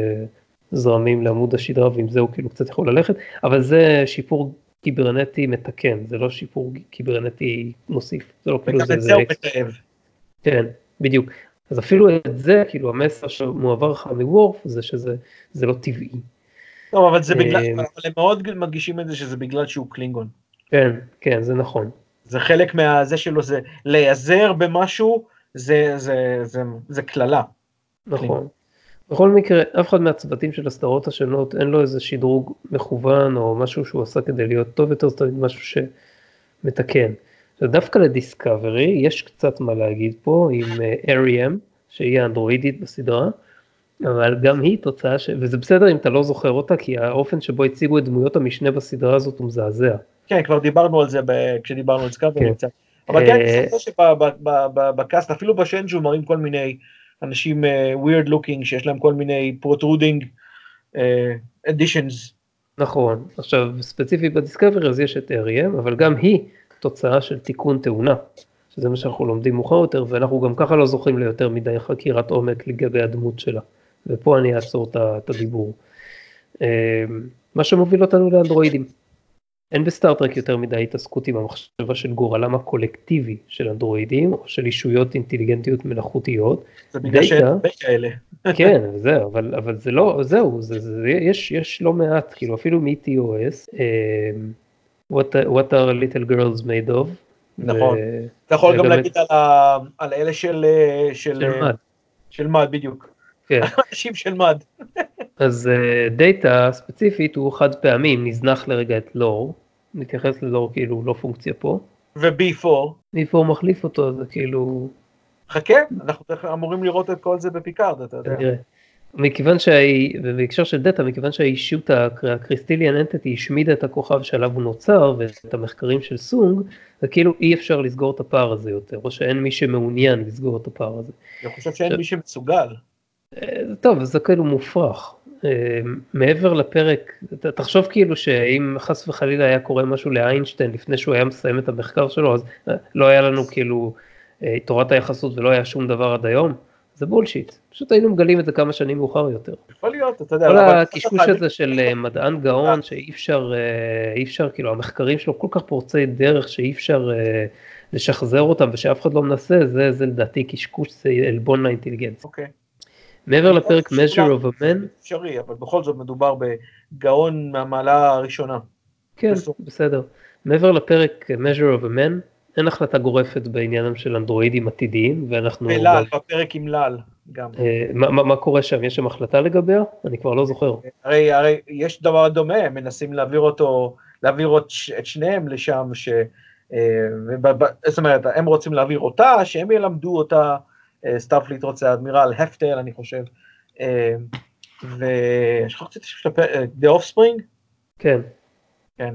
זרמים לעמוד השדרה, ועם זה הוא כאילו קצת יכול ללכת, אבל זה שיפור קיברנטי מתקן, זה לא שיפור קיברנטי מוסיף, זה לא כאילו וגם זה, את זה זה הוא אקסטרה. מתאהב. כן, בדיוק. אז אפילו את זה, כאילו המסר שמועבר לך מוורף, זה שזה זה לא טבעי. טוב, אבל זה בגלל, אה, אבל הם מאוד מדגישים את זה שזה בגלל שהוא קלינגון. כן, כן, זה נכון. זה חלק מהזה שלו, זה להיעזר במשהו, זה, זה, זה, זה כללה. נכון. בכל מקרה, אף אחד מהצוותים של הסדרות השונות, אין לו איזה שדרוג מכוון, או משהו שהוא עשה כדי להיות טוב יותר, זה תמיד משהו שמתקן. דווקא לדיסקאברי, יש קצת מה להגיד פה, עם אר-אי-אם, שהיא האנדרואידית בסדרה, אבל גם היא תוצאה, ש... וזה בסדר אם אתה לא זוכר אותה, כי האופן שבו הציגו את דמויות המשנה בסדרה הזאת הוא מזעזע. כן, כבר דיברנו על זה ב... כשדיברנו על דיסקאברי כן. קצת. אבל כן, אני חושב שבקאסט, אפילו בשנג'ו מראים כל מיני אנשים weird looking, שיש להם כל מיני protruding additions. נכון, עכשיו ספציפית בדיסקאברי אז יש את אר-אי-אם, אבל גם היא תוצאה של תיקון תאונה, שזה מה שאנחנו לומדים מאוחר יותר, ואנחנו גם ככה לא זוכים ליותר מדי חקירת עומק לגבי הדמות שלה, ופה אני אעצור את הדיבור. מה שמוביל אותנו לאנדרואידים. אין בסטארטרק יותר מדי התעסקות עם המחשבה של גורלם הקולקטיבי של אנדרואידים, או של אישויות אינטליגנטיות מלאכותיות. זה בגלל שאין הרבה כאלה. כן, זהו, אבל, אבל זה לא, זהו, זה, זה, זה, יש, יש לא מעט, כאילו אפילו מ-טי או אס, uh, what, what are little girls made of. נכון. ו... אתה יכול גם גם להגיד את... על, ה... על אלה של, של, של מד. של מד, בדיוק. כן. אנשים של מד. אז דאטה ספציפית הוא חד פעמי, אם נזנח לרגע את לור, נתייחס ללור כאילו לא פונקציה פה. ו-בי פור. בי פור מחליף אותו, זה כאילו... חכה, אנחנו אמורים לראות את כל זה בפיקארד, אתה יודע. נראה. מכיוון שהיא, ובהקשר של דאטה, מכיוון שהאישות הקריסטיליאן אנטיטי השמידה את הכוכב שעליו הוא נוצר, ואת המחקרים של סונג, זה כאילו אי אפשר לסגור את הפער הזה יותר, או שאין מי שמעוניין לסגור את הפער הזה. אני חושב שאין מי שמסוגל. טוב, זה כאילו מופרך. מעבר לפרק, תחשוב כאילו שאם חס וחלילה היה קורה משהו לאיינשטיין לפני שהוא היה מסיים את המחקר שלו, אז לא היה לנו כאילו תורת היחסות ולא היה שום דבר עד היום. זה בולשיט, פשוט היינו מגלים את זה כמה שנים מאוחר יותר. יכול להיות, אתה יודע. כל הקשקוש הזה של מדען גאון שאי אפשר, אי אפשר, כאילו המחקרים שלו כל כך פורצי דרך שאי אפשר לשחזר אותם ושאף אחד לא מנסה, זה, זה לדעתי קשקוש, זה אלבון לאינטליגנציה. אוקיי. מעבר לפרק measure of a man. אפשרי, אבל בכל זאת מדובר בגאון מהמעלה הראשונה. כן, בסדר. מעבר לפרק measure of a man, אין החלטה גורפת בעניינם של אנדרואידים עתידיים, ואנחנו... ולעל, בפרק עם לעל גם. מה, מה, מה קורה שם? יש שם החלטה לגביה? אני כבר לא זוכר. הרי, הרי יש דבר דומה, הם מנסים להעביר אותו, להעביר את שניהם לשם, ש... זאת אומרת, הם רוצים להעביר אותה, שהם ילמדו אותה, סטארפליט רוצה, אדמירל הפטר, אני חושב, ושכחתי את השם, The Offspring? כן. כן,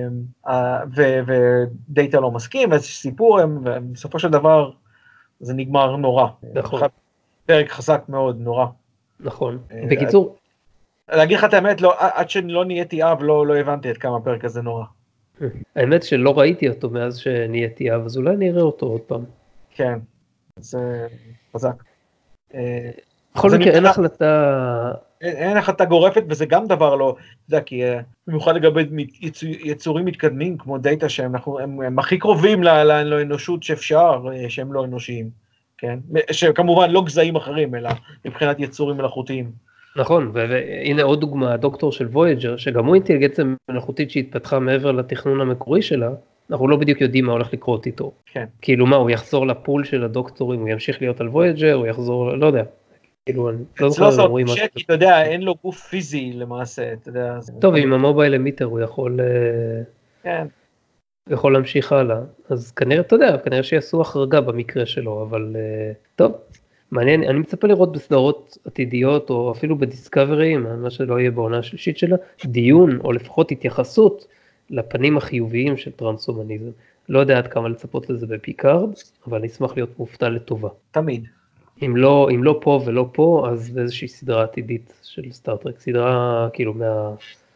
ודאטה לא מסכים, וזה סיפור, ובסופו של דבר זה נגמר נורא. נכון. פרק חזק מאוד, נורא. נכון. בקיצור... להגיד לך את האמת, עד שלא נהייתי אב, לא הבנתי את כמה הפרק הזה נורא. האמת שלא ראיתי אותו מאז שנהייתי אב, אז אולי נראה אותו עוד פעם. כן, זה חזק. בכל מקרה אין החלטה... אין החלטה גורפת, וזה גם דבר לא, אתה יודע, כי במיוחד לגבי יצורים מתקדמים, כמו דאטה, שהם הכי קרובים לאנושות שאפשר, שהם לא אנושיים, כן? שכמובן לא גזעים אחרים, אלא מבחינת יצורים מלאכותיים. נכון, והנה עוד דוגמה, הדוקטור של וויג'ר, שגם הוא אינטליגנציה מלאכותית שהתפתחה מעבר לתכנון המקורי שלה, אנחנו לא בדיוק יודעים מה הולך לקרות איתו. כן. כאילו מה, הוא יחזור לפול של הדוקטורים, הוא ימשיך להיות על וויג'ר, הוא יחזור, לא יודע. כאילו, אני לא זוכר, אומרים משהו. אתה יודע, אין לו גוף פיזי למעשה, אתה יודע. טוב, עם המובייל אמיטר הוא יכול... כן. יכול להמשיך הלאה, אז כנראה, אתה יודע, כנראה שיעשו החרגה במקרה שלו, אבל טוב, מעניין, אני מצפה לראות בסדרות עתידיות, או אפילו בדיסקאברי, מה שלא יהיה בעונה השלישית שלה, דיון, או לפחות התייחסות לפנים החיוביים של טרנס-הומניזם. לא יודע עד כמה לצפות לזה בפיקארד, אבל אני אשמח להיות מופתע לטובה. תמיד. אם לא, אם לא פה ולא פה, אז באיזושהי סדרה עתידית של סטארטרק, סדרה כאילו מה,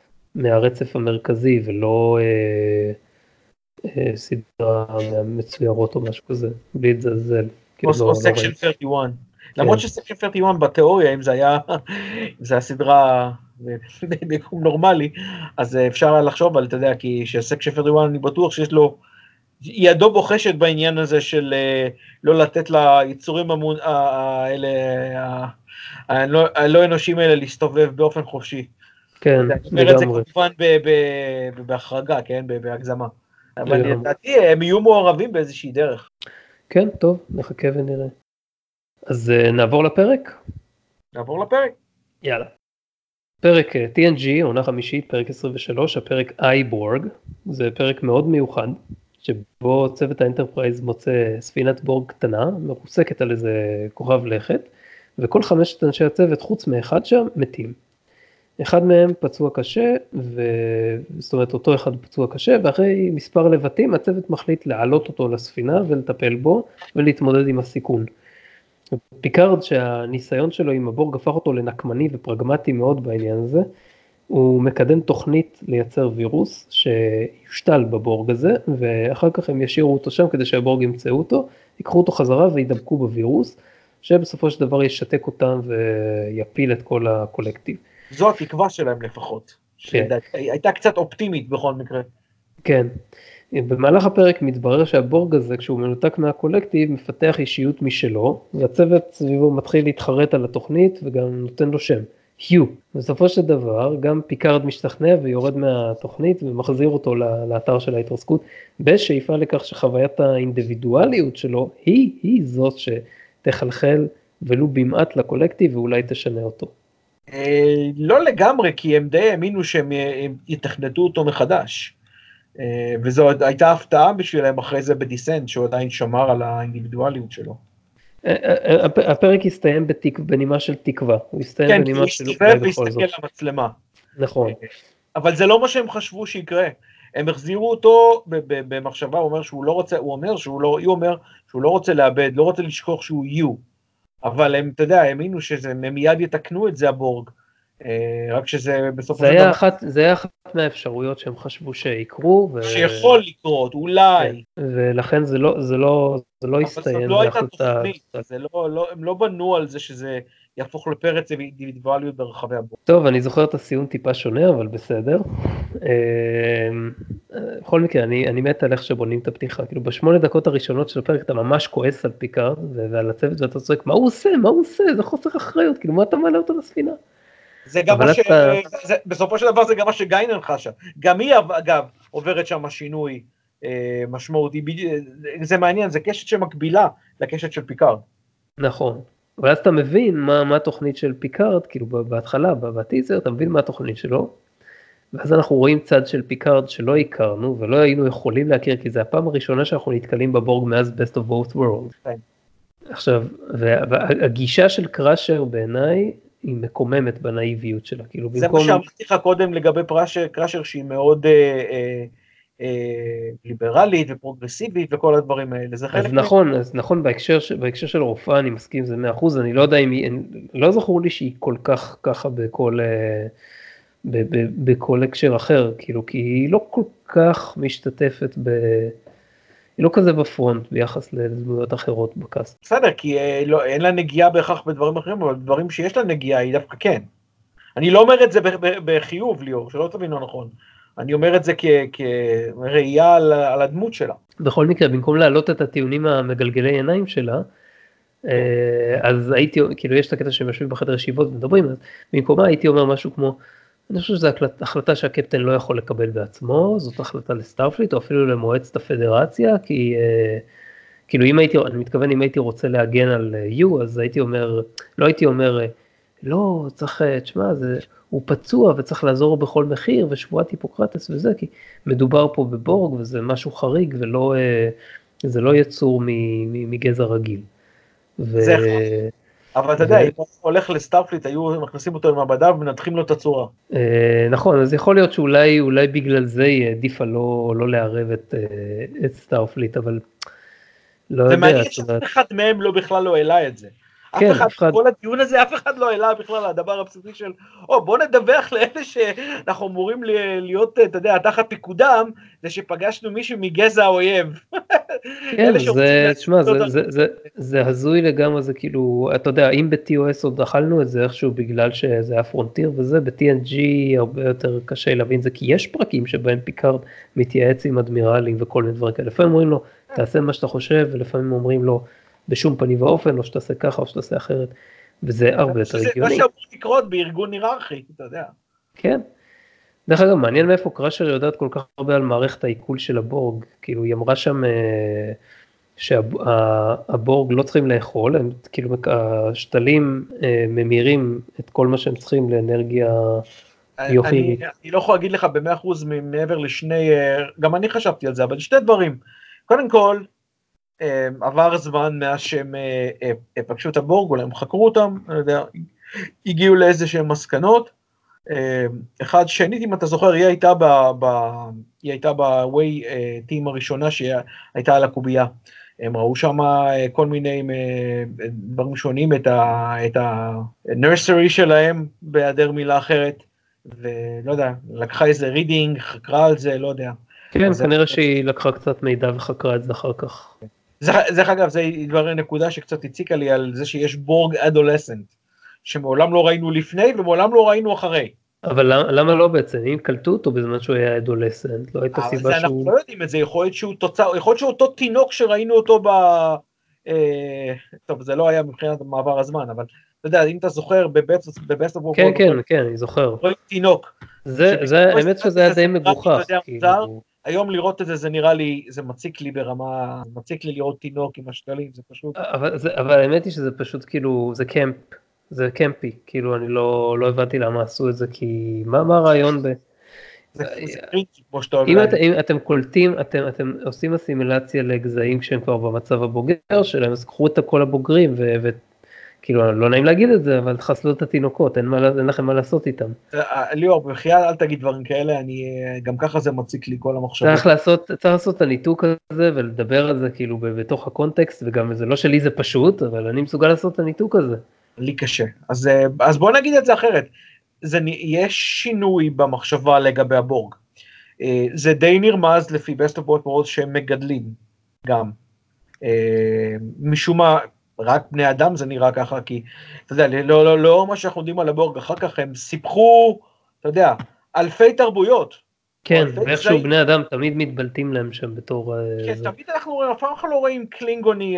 מהרצף המרכזי, ולא אה, אה, סדרה מהמצוירות או משהו כזה, בלי לזלזל. כאילו, או לא, לא סקשן ראיתי. שלושים ואחת. כן. למרות שסקשן שלושים ואחת בתיאוריה, אם זה היה, אם זה היה סדרה ביקום נורמלי, אז אפשר היה לחשוב על, אתה יודע, כי שסקשן שלושים ואחת אני בטוח שיש לו, ידו בוחשת בעניין הזה של אה, לא לתת ליצורים המון, אה, האלה, אה, הלא הלא אנושיים האלה להסתובב באופן חופשי. כן, אני אומר את זה לגמרי. כמובן ב- ב- בהחרגה, כן, ב- בהגזמה. אבל לגמרי. לדעתי הם יהיו מעורבים באיזושהי דרך. כן, טוב, נחכה ונראה. אז uh, נעבור לפרק? נעבור לפרק. יאללה. פרק uh, טי אן ג'י, עונה חמישית, פרק עשרים ושלוש, הפרק אייבורג. זה פרק מאוד מיוחד, שבו צוות האנטרפרייז מוצא ספינת בורג קטנה, מרוסקת על איזה כוכב לכת, וכל חמשת אנשי הצוות, חוץ מאחד שם, מתים. אחד מהם פצוע קשה, ו... זאת אומרת אותו אחד פצוע קשה, ואחרי מספר לבטים הצוות מחליט להעלות אותו לספינה ולטפל בו ולהתמודד עם הסיכון. פיקארד שהניסיון שלו עם הבורג הפך אותו לנקמני ופרגמטי מאוד בעניין הזה, הוא מקדם תוכנית לייצר וירוס שיושתל בבורג הזה, ואחר כך הם ישאירו אותו שם כדי שהבורג ימצאו אותו, ייקחו אותו חזרה וידבקו בווירוס, שבסופו של דבר ישתק אותם ויפיל את כל הקולקטיב. זו התקווה שלהם לפחות, שהייתה קצת אופטימית בכל מקרה. כן, במהלך הפרק מתברר שהבורג הזה, כשהוא מנותק מהקולקטיב, מפתח אישיות משלו, והצוות סביבו מתחיל להתחרט על התוכנית וגם נותן לו שם, היו. בסופו של דבר, גם פיקארד משתכנע ויורד מהתוכנית ומחזיר אותו לאתר של ההתרסקות, בשאיפה לכך שחוויית האינדיבידואליות שלו היא, היא זאת שתחלחל ולו במעט לקולקטיב ואולי תשנה אותו. לא לגמרי, כי הם די האמינו שהם יתכנתו אותו מחדש. וזו הייתה הפתעה בשבילם אחרי זה בדיסנט, שהוא עדיין שמר על האינדיבידואליות שלו. הפרק הסתיים בנימה של תקווה. הוא הסתיים כן, בנימה של... הוא הסתובב והסתכל למצלמה. נכון. אבל זה לא מה שהם חשבו שיקרה. הם החזירו אותו במחשבה, הוא אומר שהוא לא רוצה, הוא אומר שהוא לא, הוא אומר שהוא לא רוצה לאבד, לא רוצה לשכוח שהוא יהיו. אבל הם, אתה יודע, האמינו שהם מיד יתקנו את זה הבורג. רק שזה בסופו של דבר... זה היה אחת מהאפשרויות שהם חשבו שיקרו. שיכול לקרות, אולי. ולכן זה לא, זה לא, זה לא הסתיים. אבל זאת לא הייתה תוכנית, הם לא בנו על זה שזה יהפוך לפרץ אינדיבידואליות ברחבי הבורג. טוב, אני זוכר את הסיום טיפה שונה, אבל בסדר. בכל מקרה, אני, אני מת על איך שבונים את הפתיחה. כאילו, בשמונה דקות הראשונות של הפרק אתה ממש כועס על פיקארד ועל הצוות, ואתה צועק, מה הוא עושה? מה הוא עושה? זה חוסר אחריות, כאילו, מה אתה מעלה אותו לספינה? זה גם מה ש... זה, בסופו של דבר זה גם מה שגיינן חשה. גם היא, אגב, עוברת שם שינוי אה, משמעותי. זה מעניין, זה קשת שמקבילה לקשת של פיקארד. נכון. אבל אז אתה מבין מה, מה התוכנית של פיקארד, כאילו בהתחלה, בטיזר, אתה מבין מה התוכנית שלו, ואז אנחנו רואים צד של פיקארד שלא הכרנו, ולא היינו יכולים להכיר, כי זה הפעם הראשונה שאנחנו נתקלים בבורג מאז Best of Both Worlds. כן. עכשיו, והגישה של קראשר בעיניי, היא מקוממת בנאיביות שלה, כאילו זה במקום... מה שאמרתי לך קודם לגבי פראשר, קראשר שהיא מאוד אה, אה, אה, ליברלית ופרוגרסיבית וכל הדברים האלה, זה חלק... אז נכון, אז נכון, בהקשר, בהקשר של רופאה אני מסכים, זה מאה אחוז, אני לא יודע אם היא, אני, לא זכור לי שהיא כל כך ככה בכל, ב, ב, בכל הקשר אחר, כאילו, כי היא לא כל כך משתתפת ב... היא לא כזה בפרונט ביחס לדמויות אחרות בקאסט. בסדר, כי לא, אין לה נגיעה בהכרח בדברים אחרים, אבל דברים שיש לה נגיעה היא דווקא כן. אני לא אומר את זה בחיוב, ליאור, שלא תבינו נכון. אני אומר את זה כראייה על, על הדמות שלה. בכל מקרה, במקום להעלות את הטיעונים המגלגלי עיניים שלה, אז הייתי, כאילו יש את הקטע שהם יושבים בחדר ישיבות ומדברים, אז במקומה הייתי אומר משהו כמו, אני חושב שזו החלטה שהקפטן לא יכול לקבל בעצמו, זאת החלטה לסטארפליט, או אפילו למועצת הפדרציה, כי כאילו אם הייתי, אני מתכוון אם הייתי רוצה להגן על יו, אז הייתי אומר, לא הייתי אומר, לא, צריך, תשמע, זה, הוא פצוע וצריך לעזור בכל מחיר, ושבועת היפוקרטס וזה, כי מדובר פה בבורג, וזה משהו חריג, ולא, זה לא יצור מגזע רגיל. ו... אבל אתה יודע, אם הוא הולך לסטארפליט, היו מכניסים אותו למעבדה ומנתחים לו את הצורה. נכון, אז יכול להיות שאולי אולי בגלל זה היא העדיפה לא לא לערב את את סטארפליט, אבל לא יודע. ומעניין שאף אחד מהם לא בכלל לא העלה את זה. אף אחד, כל הדיון הזה, אף אחד לא העלה בכלל הדבר הבסיסי של, או בוא נדווח לאלה שאנחנו אמורים להיות, אתה יודע, תחת פיקודם, זה שפגשנו מישהו מגזע האויב. כן, זה, תשמע, זה, זה, זה, זה הזוי לגמרי, זה כאילו, אתה יודע, אם ב-טי או אס עוד אכלנו את זה איכשהו בגלל שזה היה פרונטיר וזה, ב-טי אן ג'י הרבה יותר קשה להבין זה, כי יש פרקים שבהם פיקארד מתייעץ עם אדמירלים וכל מיני דברים כאלה, לפעמים אומרים לו, תעשה מה שאתה חושב, ולפעמים אומרים לו, בשום פנים ואופן, או שתעשה ככה או שתעשה אחרת, וזה הרבה יותר הגיוני. זה מה שאמור לקרות בארגון היררכי, אתה יודע. כן. דרך אגב, מעניין מאיפה קראשר יודעת כל כך הרבה על מערכת העיכול של הבורג, כאילו היא אמרה שם שהבורג לא צריכים לאכול, הם כאילו השתלים ממירים את כל מה שהם צריכים לאנרגיה ביוכימית. אני לא יכול להגיד לך במאה אחוז מעבר לשני, גם אני חשבתי על זה, אבל שתי דברים. קודם כל, עבר זמן מאז שהם פגשו את הבורג, אולי הם חקרו אותם, אני יודע, הגיעו לאיזה שהם מסקנות, אחד, שנית, אם אתה זוכר, היא הייתה ב, ב, היא הייתה בווי טים הראשונה שהייתה על הקובייה. הם ראו שם כל מיני דברים שונים, את ה, את הנרסרי שלהם, בהיעדר מילה אחרת, ולא יודע, לקחה איזה רידינג, חקרה על זה, לא יודע. כן, כנראה שהיא לקחה קצת מידע וחקרה את זה אחר כך. זה אגב, זה דבר נקודה שקצת הציקה לי על זה שיש בורג אדולסנט, שמעולם לא ראינו לפני ומעולם לא ראינו אחרי. אבל למה לא בעצם? אם קלטו אותו בזמן שהוא היה אדולסנט, לא הייתה סיבה שהוא... אנחנו לא יודעים את זה, יכול להיות שהוא תוצר, יכול להיות שהוא אותו תינוק שראינו אותו ב... טוב, זה לא היה מבחינת מעבר הזמן, אבל אתה יודע, אם אתה זוכר בבסט אוף וורלד... כן, כן, כן, אני זוכר. רואים תינוק. זה, האמת שזה היה די מגוחך. היום לראות את זה, זה נראה לי, זה מציק לי ברמה, מציק לי לראות תינוק עם השתלים, זה פשוט... אבל האמת היא שזה פשוט כאילו, זה קמפ. זה קמפי, כאילו אני לא, לא הבנתי למה עשו את זה, כי מה, מה הרעיון ב... זה קריטי, כמו שאתה אם את, אם אתם קולטים, אתם, אתם עושים אסימילציה לגזעים כשהם כבר במצב הבוגר שלהם, אז קחו את כל הבוגרים, וכאילו, לא נעים להגיד את זה, אבל תחסלו את התינוקות, אין, מה, אין לכם מה לעשות איתם. ליאור, בחייה, אל תגיד דברים כאלה, אני, גם ככה זה מציק לי כל המחשבות. צריך לעשות, צריך לעשות את הניתוק הזה, ולדבר על זה כאילו בתוך הקונטקסט, וגם זה לא שלי זה פשוט, אבל אני מסוגל לעשות את הניתוק הזה. לי קשה. אז, אז בוא נגיד את זה אחרת. זה, יש שינוי במחשבה לגבי הבורג. זה די נרמז לפי Best of Both Worlds שהם מגדלים גם. משום מה, רק בני אדם זה נראה ככה, כי, אתה יודע, לא, לא, לא מה שאנחנו יודעים על הבורג, אחר כך הם סיפחו, אתה יודע, אלפי תרבויות. כן, ואיכשהו בני אדם תמיד מתבלטים להם שם בתור... כן, תמיד אנחנו לא רואים קלינגוני...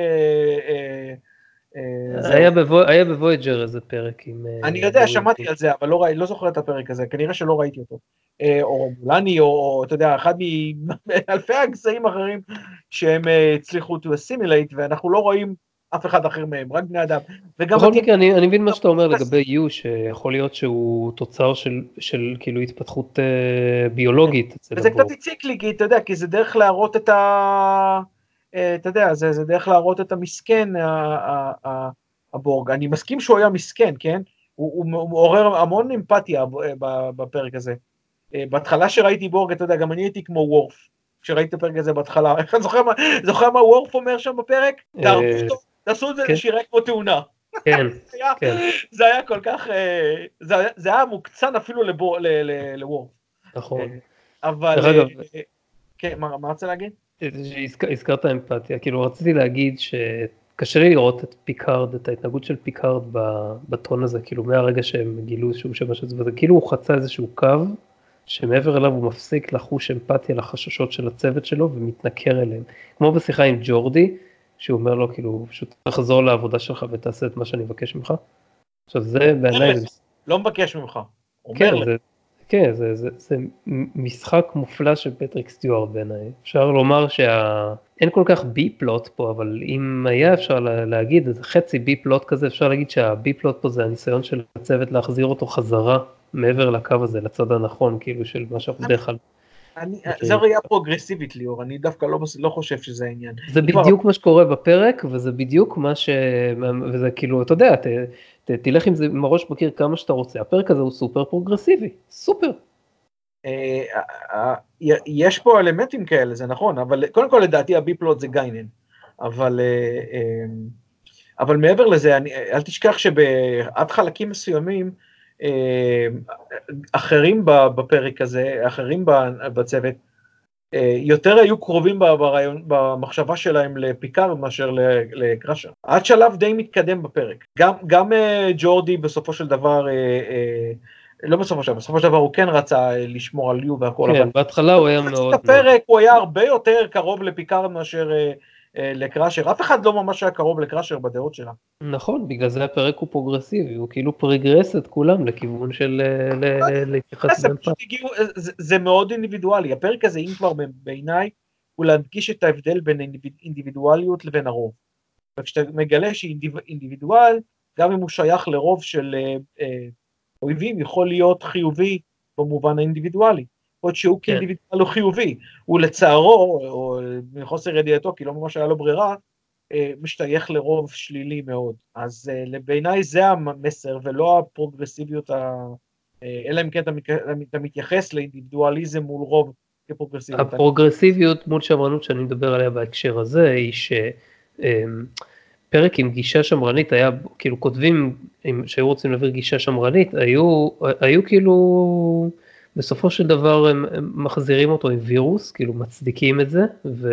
היה בוויג'ר איזה פרק עם... אני יודע, שמעתי על זה, אבל לא זוכר את הפרק הזה, כנראה שלא ראיתי אותו. או מולני, או אתה יודע, אחד מאלפי הגזעים אחרים שהם הצליחו to assimilate, ואנחנו לא רואים אף אחד אחר מהם, רק בני אדם. בכל מקרה, אני מבין מה שאתה אומר לגבי יו, שיכול להיות שהוא תוצר של כאילו התפתחות ביולוגית. וזה קצת הציק לי, כי אתה יודע, כי זה דרך להראות את ה... אתה יודע, זה, זה דרך להראות את המסכן, הבורג. אני מסכים שהוא היה מסכן, כן? הוא, הוא, הוא מעורר המון אמפתיה בפרק הזה. בהתחלה שראיתי בורג, אתה יודע, גם אני הייתי כמו וורף, כשראיתי את הפרק הזה בהתחלה. זוכר מה, זוכר מה וורף אומר שם בפרק? תעשו את זה שירה כמו תאונה. כן, כן. זה היה כל כך, זה היה מוקצן אפילו לוורף. נכון. אבל, כן, מה רוצה להגיד? הזכרת אמפתיה, כאילו רציתי להגיד שקשה לי לראות את פיקארד, את ההתנהגות של פיקארד בטון הזה, כאילו מהרגע שהם גילו שהוא שמש את זה, וזה כאילו הוא חצה איזשהו קו, שמעבר אליו הוא מפסיק לחוש אמפתיה לחששות של הצוות שלו, ומתנכר אליהם. כמו בשיחה עם ג'ורדי, שהוא אומר לו כאילו, פשוט תחזור לעבודה שלך ותעשה את מה שאני מבקש ממך. עכשיו זה בעיניי... לא מבקש ממך. כן, זה... כן, זה, זה, זה משחק מופלא של פטריק סטיוארט בעיניי. אפשר לומר שאין כל כך בי פלוט פה, אבל אם היה אפשר להגיד, זה חצי בי פלוט כזה, אפשר להגיד שהבי פלוט פה זה הניסיון של הצוות להחזיר אותו חזרה מעבר לקו הזה, לצד הנכון, כאילו של מה שאנחנו בדרך כלל זה ראייה פרוגרסיבית ליאור, אני דווקא לא חושב שזה העניין. זה בדיוק מה שקורה בפרק, וזה בדיוק מה ש... וזה כאילו, אתה יודע, תלך עם זה מראש בקיר כמה שאתה רוצה, הפרק הזה הוא סופר פרוגרסיבי, סופר. יש פה אלמנטים כאלה, זה נכון, אבל קודם כל לדעתי הביפלוט זה גיינן, אבל אבל מעבר לזה, אל תשכח שבעד חלקים מסוימים, אחרים בפרק הזה, אחרים בצוות, יותר היו קרובים ברעיון, במחשבה שלהם לפיקארד מאשר לקראשר. עד שלב די מתקדם בפרק. גם, גם ג'ורדי בסופו של דבר, לא בסופו של דבר, בסופו של דבר הוא כן רצה לשמור על ליו והכל. כן, בהתחלה הוא היה מאוד... בפרק הוא היה הרבה יותר קרוב לפיקארד מאשר לקראשר. אף אחד לא ממש היה קרוב לקראשר בדעות שלה. נכון, בגלל זה הפרק הוא פרוגרסיבי, הוא כאילו פרגרס את כולם לכיוון של להתייחס באמפתיה. זה מאוד אינדיבידואלי, הפרק הזה, אם כבר בעיניי, הוא להדגיש את ההבדל בין אינדיבידואליות לבין הרוב. וכשאתה מגלה שאינדיבידואל, גם אם הוא שייך לרוב של אויבים, יכול להיות חיובי במובן האינדיבידואלי. עוד שהוא כאינדיבידואל הוא חיובי, הוא לצערו, או מחוסר ידיעתו, כי לא ממש היה לו ברירה, משתייך לרוב שלילי מאוד. אז בעיניי זה המסר, ולא הפרוגרסיביות, אלא אם כן אתה מתייחס לאינדיבידואליזם מול רוב כפרוגרסיביות. הפרוגרסיביות מול שמרנות שאני מדבר עליה בהקשר הזה, היא שפרק עם גישה שמרנית היה, כאילו כותבים שהיו רוצים להעביר גישה שמרנית, היו, היו כאילו... בסופו של דבר הם, הם מחזירים אותו עם וירוס, כאילו מצדיקים את זה, ו,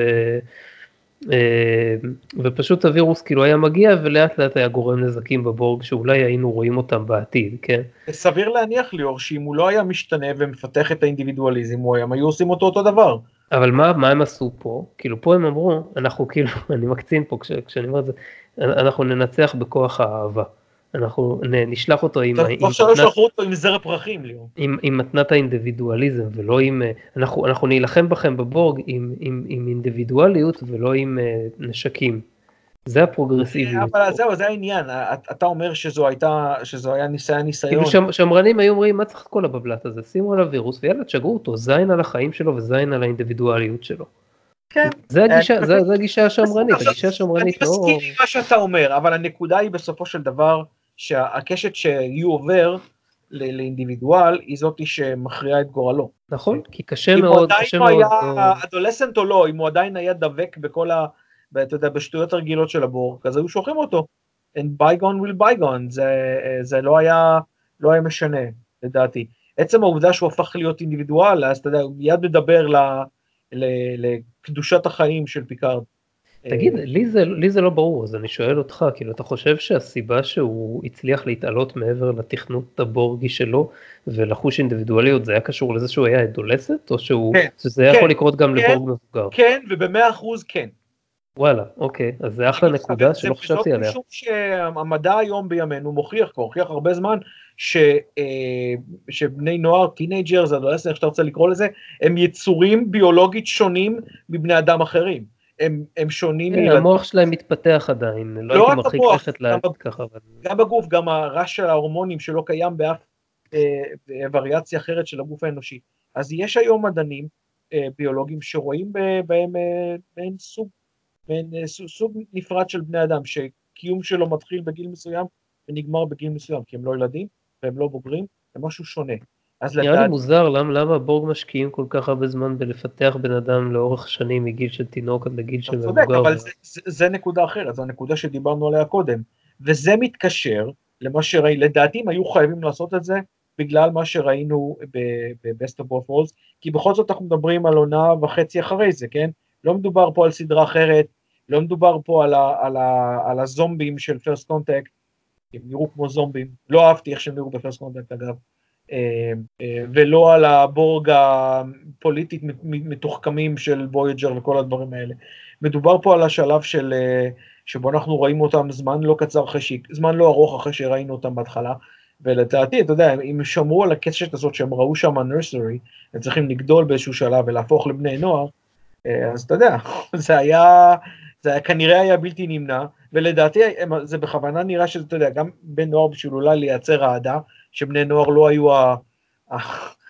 ופשוט הווירוס כאילו היה מגיע, ולאט לאט היה גורם נזקים בבורג, שאולי היינו רואים אותם בעתיד, כן? סביר להניח ליאור, שאם הוא לא היה משתנה ומפתח את האינדיבידואליזם, הם היו עושים אותו אותו דבר. אבל מה, מה הם עשו פה? כאילו פה הם אמרו, אנחנו כאילו, אני מקצין פה כש, כשאני אומר את זה, אנחנו ננצח בכוח האהבה. אנחנו נשלח אותו עם... טוב שלא שלחו אותו עם זר פרחים, ליאור. עם מתנת האינדיבידואליזם, ולא עם... אנחנו נילחם בכם בבורג עם אינדיבידואליות, ולא עם נשקים. זה הפרוגרסיביות. אבל זהו, זה העניין. אתה אומר שזו הייתה, שזו היה ניסיון. כאילו שמרנים היו אומרים, מה צריך כל הבבלת הזה? שימו על הווירוס, ויאללה, תשגרו אותו, זין על החיים שלו, וזין על האינדיבידואליות שלו. כן. זה הגישה, זה הגישה השמרנית, הגישה השמרנית לא... אני מסכים עם מה שאתה אומר, אבל הנקודה היא בסופו של דבר, שהקשת שיהיו עובר לאינדיבידואל, היא זאת שמכריעה את גורלו. נכון, כי קשה מאוד, קשה מאוד. אם הוא עדיין היה אדולסנט או לא, אם הוא עדיין היה דבק בכל ה... אתה יודע, בשטויות הרגילות של הבור, אז היו שולחים אותו. And bygone will bygone, זה, זה לא היה, לא היה משנה, לדעתי. עצם העובדה שהוא הפך להיות אינדיבידואל, אז אתה יודע, הוא מיד מדבר ל, ל, לקדושת החיים של פיקארד. תגיד, לי זה, לי זה לא ברור, אז אני שואל אותך, כאילו, אתה חושב שהסיבה שהוא הצליח להתעלות מעבר לתכנות הבורגי שלו, ולחוש אינדיבידואליות, זה היה קשור לזה שהוא היה אדולסנט, או שהוא, כן, שזה היה כן, יכול לקרות גם כן, לבורג מבוגר? כן, ובמאה אחוז כן. וואלה, אוקיי, אז זה אחלה נקודה שלא חשבתי עליה. זאת משום שהמדע היום בימינו מוכיח, מוכיח הרבה זמן, שבני נוער, טינג'ר, זה לא איך שאתה רוצה לקרוא לזה, הם יצורים ביולוגית שונים מבני אדם אחרים. הם, הם שונים. כן, המוח שלהם מתפתח עדיין, לא הייתי מרחיק לכת להגיד ככה. גם בגוף, גם הרעש של ההורמונים שלא קיים באף וריאציה אחרת של הגוף האנושי. אז יש היום מדענים ביולוגיים שרואים בהם בין סוג, בין סוג נפרד של בני אדם, שקיום שלו מתחיל בגיל מסוים ונגמר בגיל מסוים, כי הם לא ילדים והם לא בוגרים, זה משהו שונה. נראה לי מוזר, למה הבורג משקיעים כל כך הרבה זמן בלפתח בן אדם לאורך שנים מגיל של תינוק עד לגיל של מבוגר? אבל זה נקודה אחרת, זו הנקודה שדיברנו עליה קודם, וזה מתקשר למה שראי, לדעתי הם היו חייבים לעשות את זה, בגלל מה שראינו ב-Best of Both Worlds, כי בכל זאת אנחנו מדברים על עונה וחצי אחרי זה, כן? לא מדובר פה על סדרה אחרת, לא מדובר פה על, ה, על, ה, על הזומבים של First Contact, הם נראו כמו זומבים, לא אהבתי איך שהם נראו ב-First Contact אגב, ולא על הבורג הפוליטית מתוחכמים של וויג'ר וכל הדברים האלה. מדובר פה על השלב של, שבו אנחנו רואים אותם זמן לא קצר אחרי, זמן לא ארוך אחרי שראינו אותם בהתחלה, ולדעתי, אתה יודע, אם שמרו על הקשת הזאת שהם ראו שם הנרסרי, הם צריכים לגדול באיזשהו שלב ולהפוך לבני נוער, אז אתה יודע, זה היה, זה היה, כנראה היה בלתי נמנע, ולדעתי זה בכוונה נראה שזה, אתה יודע, גם בן נוער בשביל אולי לייצר העדה, שבני נוער לא היו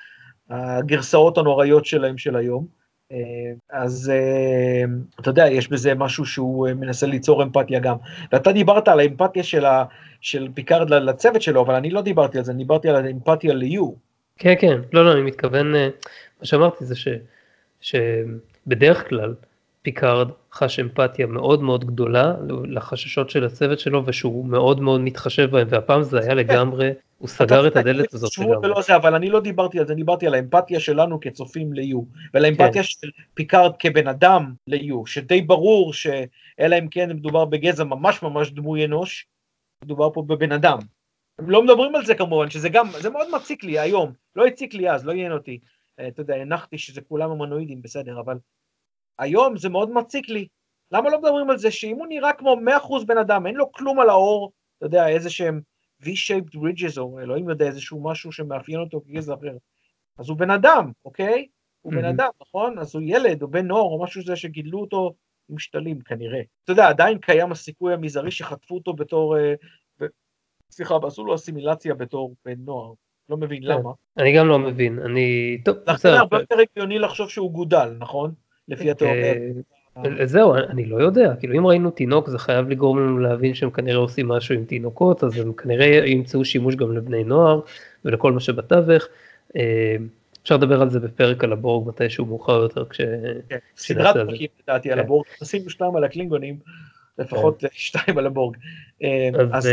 הגרסאות הנוראיות שלהם של היום. אז אתה יודע, יש בזה משהו שהוא מנסה ליצור אמפתיה גם. ואתה דיברת על האמפתיה של, ה, של פיקארד לצוות שלו, אבל אני לא דיברתי על זה, אני דיברתי על האמפתיה ליו. כן, כן, לא, לא, אני מתכוון, מה שאמרתי זה ש, שבדרך כלל פיקארד חש אמפתיה מאוד מאוד גדולה לחששות של הצוות שלו, ושהוא מאוד מאוד מתחשב בהם, והפעם זה היה לגמרי, הוא סגר את הדלת הזאת לגמרי. ולא זה, אבל אני לא דיברתי על זה, אני דיברתי על האמפתיה שלנו כצופים ליו, ועל האמפתיה של פיקארד כבן אדם ליו, שדי ברור שאלה אם כן מדובר בגזע ממש ממש דמוי אנוש, מדובר פה בבן אדם. הם לא מדברים על זה כמובן, שזה גם, זה מאוד מציק לי היום, לא הציק לי אז, לא עניין אותי, אתה יודע, הנחתי שזה כולם המנואידים, בסדר, אבל היום זה מאוד מציק לי. למה לא מדברים על זה שאם הוא נראה כמו מאה אחוז בן אדם, אין לו כלום על האור, אתה יודע, איזה שהם V-shaped ridges, או אלוהים יודע, איזשהו משהו שמאפיין אותו כגזע אחר. אז הוא בן אדם, אוקיי? הוא בן אדם, נכון? אז הוא ילד, או בן נוער, או משהו זה שגידלו אותו עם שתלים, כנראה. אתה יודע, עדיין קיים הסיכוי המזערי שחטפו אותו בתור, סליחה, ועשו לו אסימילציה בתור בן נוער. לא מבין למה. אני גם לא מבין, אני... טוב, לכן הרבה יותר הגיוני לחשוב שהוא גודל, נכון? לפי התיאוריה. זהו, אני לא יודע, כאילו אם ראינו תינוק זה חייב לגרום לנו להבין שהם כנראה עושים משהו עם תינוקות, אז הם כנראה ימצאו שימוש גם לבני נוער ולכל מה שבתווך. אפשר לדבר על זה בפרק על הבורג מתי שהוא מאוחר יותר כש... סדרת פרקים לדעתי על הבורג, עשינו שתיים על הקלינגונים, לפחות שתיים על הבורג. אז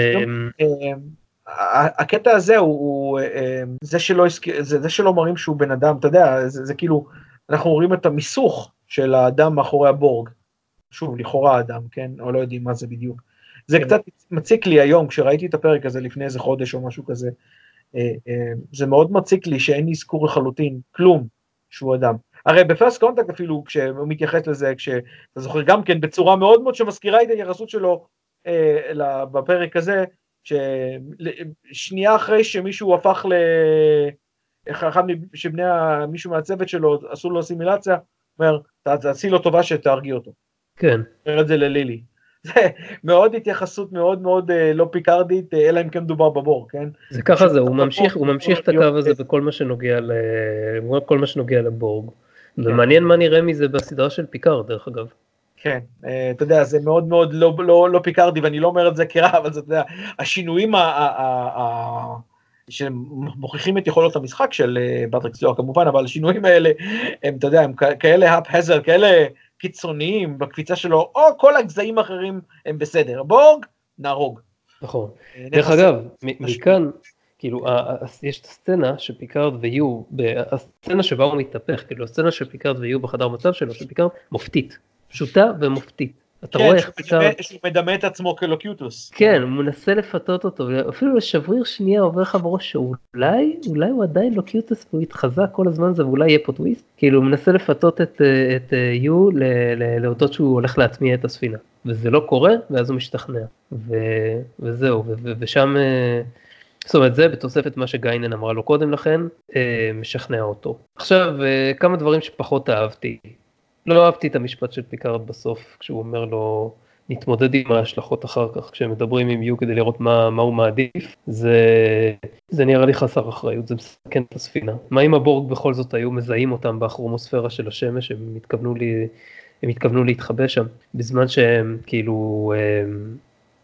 הקטע הזה הוא זה שלא מראים שהוא בן אדם, אתה יודע, זה כאילו, אנחנו רואים את המיסוך של האדם מאחורי הבורג, שוב, לכאורה האדם, כן? או לא יודעים מה זה בדיוק. זה קצת מציק לי היום, כשראיתי את הפרק הזה לפני איזה חודש או משהו כזה, זה מאוד מציק לי שאין נזכור לחלוטין, כלום, שהוא אדם. הרי בפרסט קונטקט אפילו, כשהוא מתייחס לזה, כשאתה זוכר גם כן, בצורה מאוד מאוד שמזכירה את ההתייחסות שלו בפרק הזה, ששנייה אחרי שמישהו הפך ל... אחד שבני מישהו מהצוות שלו עשו לו סימילציה, אומר, תעשי לו טובה שתהרגי אותו. כן. אומר את זה ללילי. זה מאוד התייחסות מאוד מאוד לא פיקרדית, אלא אם כן מדובר בבור, כן? זה ככה זה, הוא ממשיך, הוא ממשיך את הקו הזה בכל מה שנוגע ל... כל מה שנוגע לבורג. ומעניין מה נראה מזה בסדרה של פיקארד, דרך אגב. כן, אתה יודע, זה מאוד מאוד לא פיקרדי, ואני לא אומר את זה כרע, אבל אתה יודע, השינויים שמוכיחים את יכולות המשחק של פטריק סטיוארט כמובן, אבל השינויים האלה, הם, אתה יודע, הם כאלה הפ-הזר, כאלה קיצוניים בקפיצה שלו, או כל הגזעים האחרים הם בסדר. בורג, נהרוג. נכון. דרך אגב, מכאן, כאילו, יש את הסצנה שפיקארד ויו, הסצנה שבה הוא מתהפך, כאילו, הסצנה שפיקארד ויו בחדר מצב שלו, שפיקארד מופתית, פשוטה ומופתית. אתה רואה איך פיקארד... שהוא מדמה את עצמו כלוקיוטוס. כן, הוא מנסה לפתות אותו, אפילו לשבריר שנייה עובר לך בראש שאולי, אולי הוא עדיין לוקיוטוס, והוא יתחזק כל הזמן הזה, ואולי יהיה פה טוויסט. כאילו, הוא מנסה לפתות את יו להודות שהוא הולך להטמיע את הספינה. וזה לא קורה, ואז הוא משתכנע. וזהו, ושם... זאת אומרת, זה בתוספת מה שגיינן אמרה לו קודם לכן, משכנע אותו. עכשיו, כמה דברים שפחות אהבתי. לא אהבתי את המשפט של פיקארד בסוף, כשהוא אומר לו, נתמודד עם ההשלכות אחר כך, כשהם מדברים עם יו כדי לראות מה, מה הוא מעדיף, זה, זה נראה לי חסר אחריות, זה מסכן את הספינה. מה אם הבורג בכל זאת היו מזהים אותם בכרומוספירה של השמש, הם התכוונו, לי, הם התכוונו להתחבא שם, בזמן שהם כאילו הם,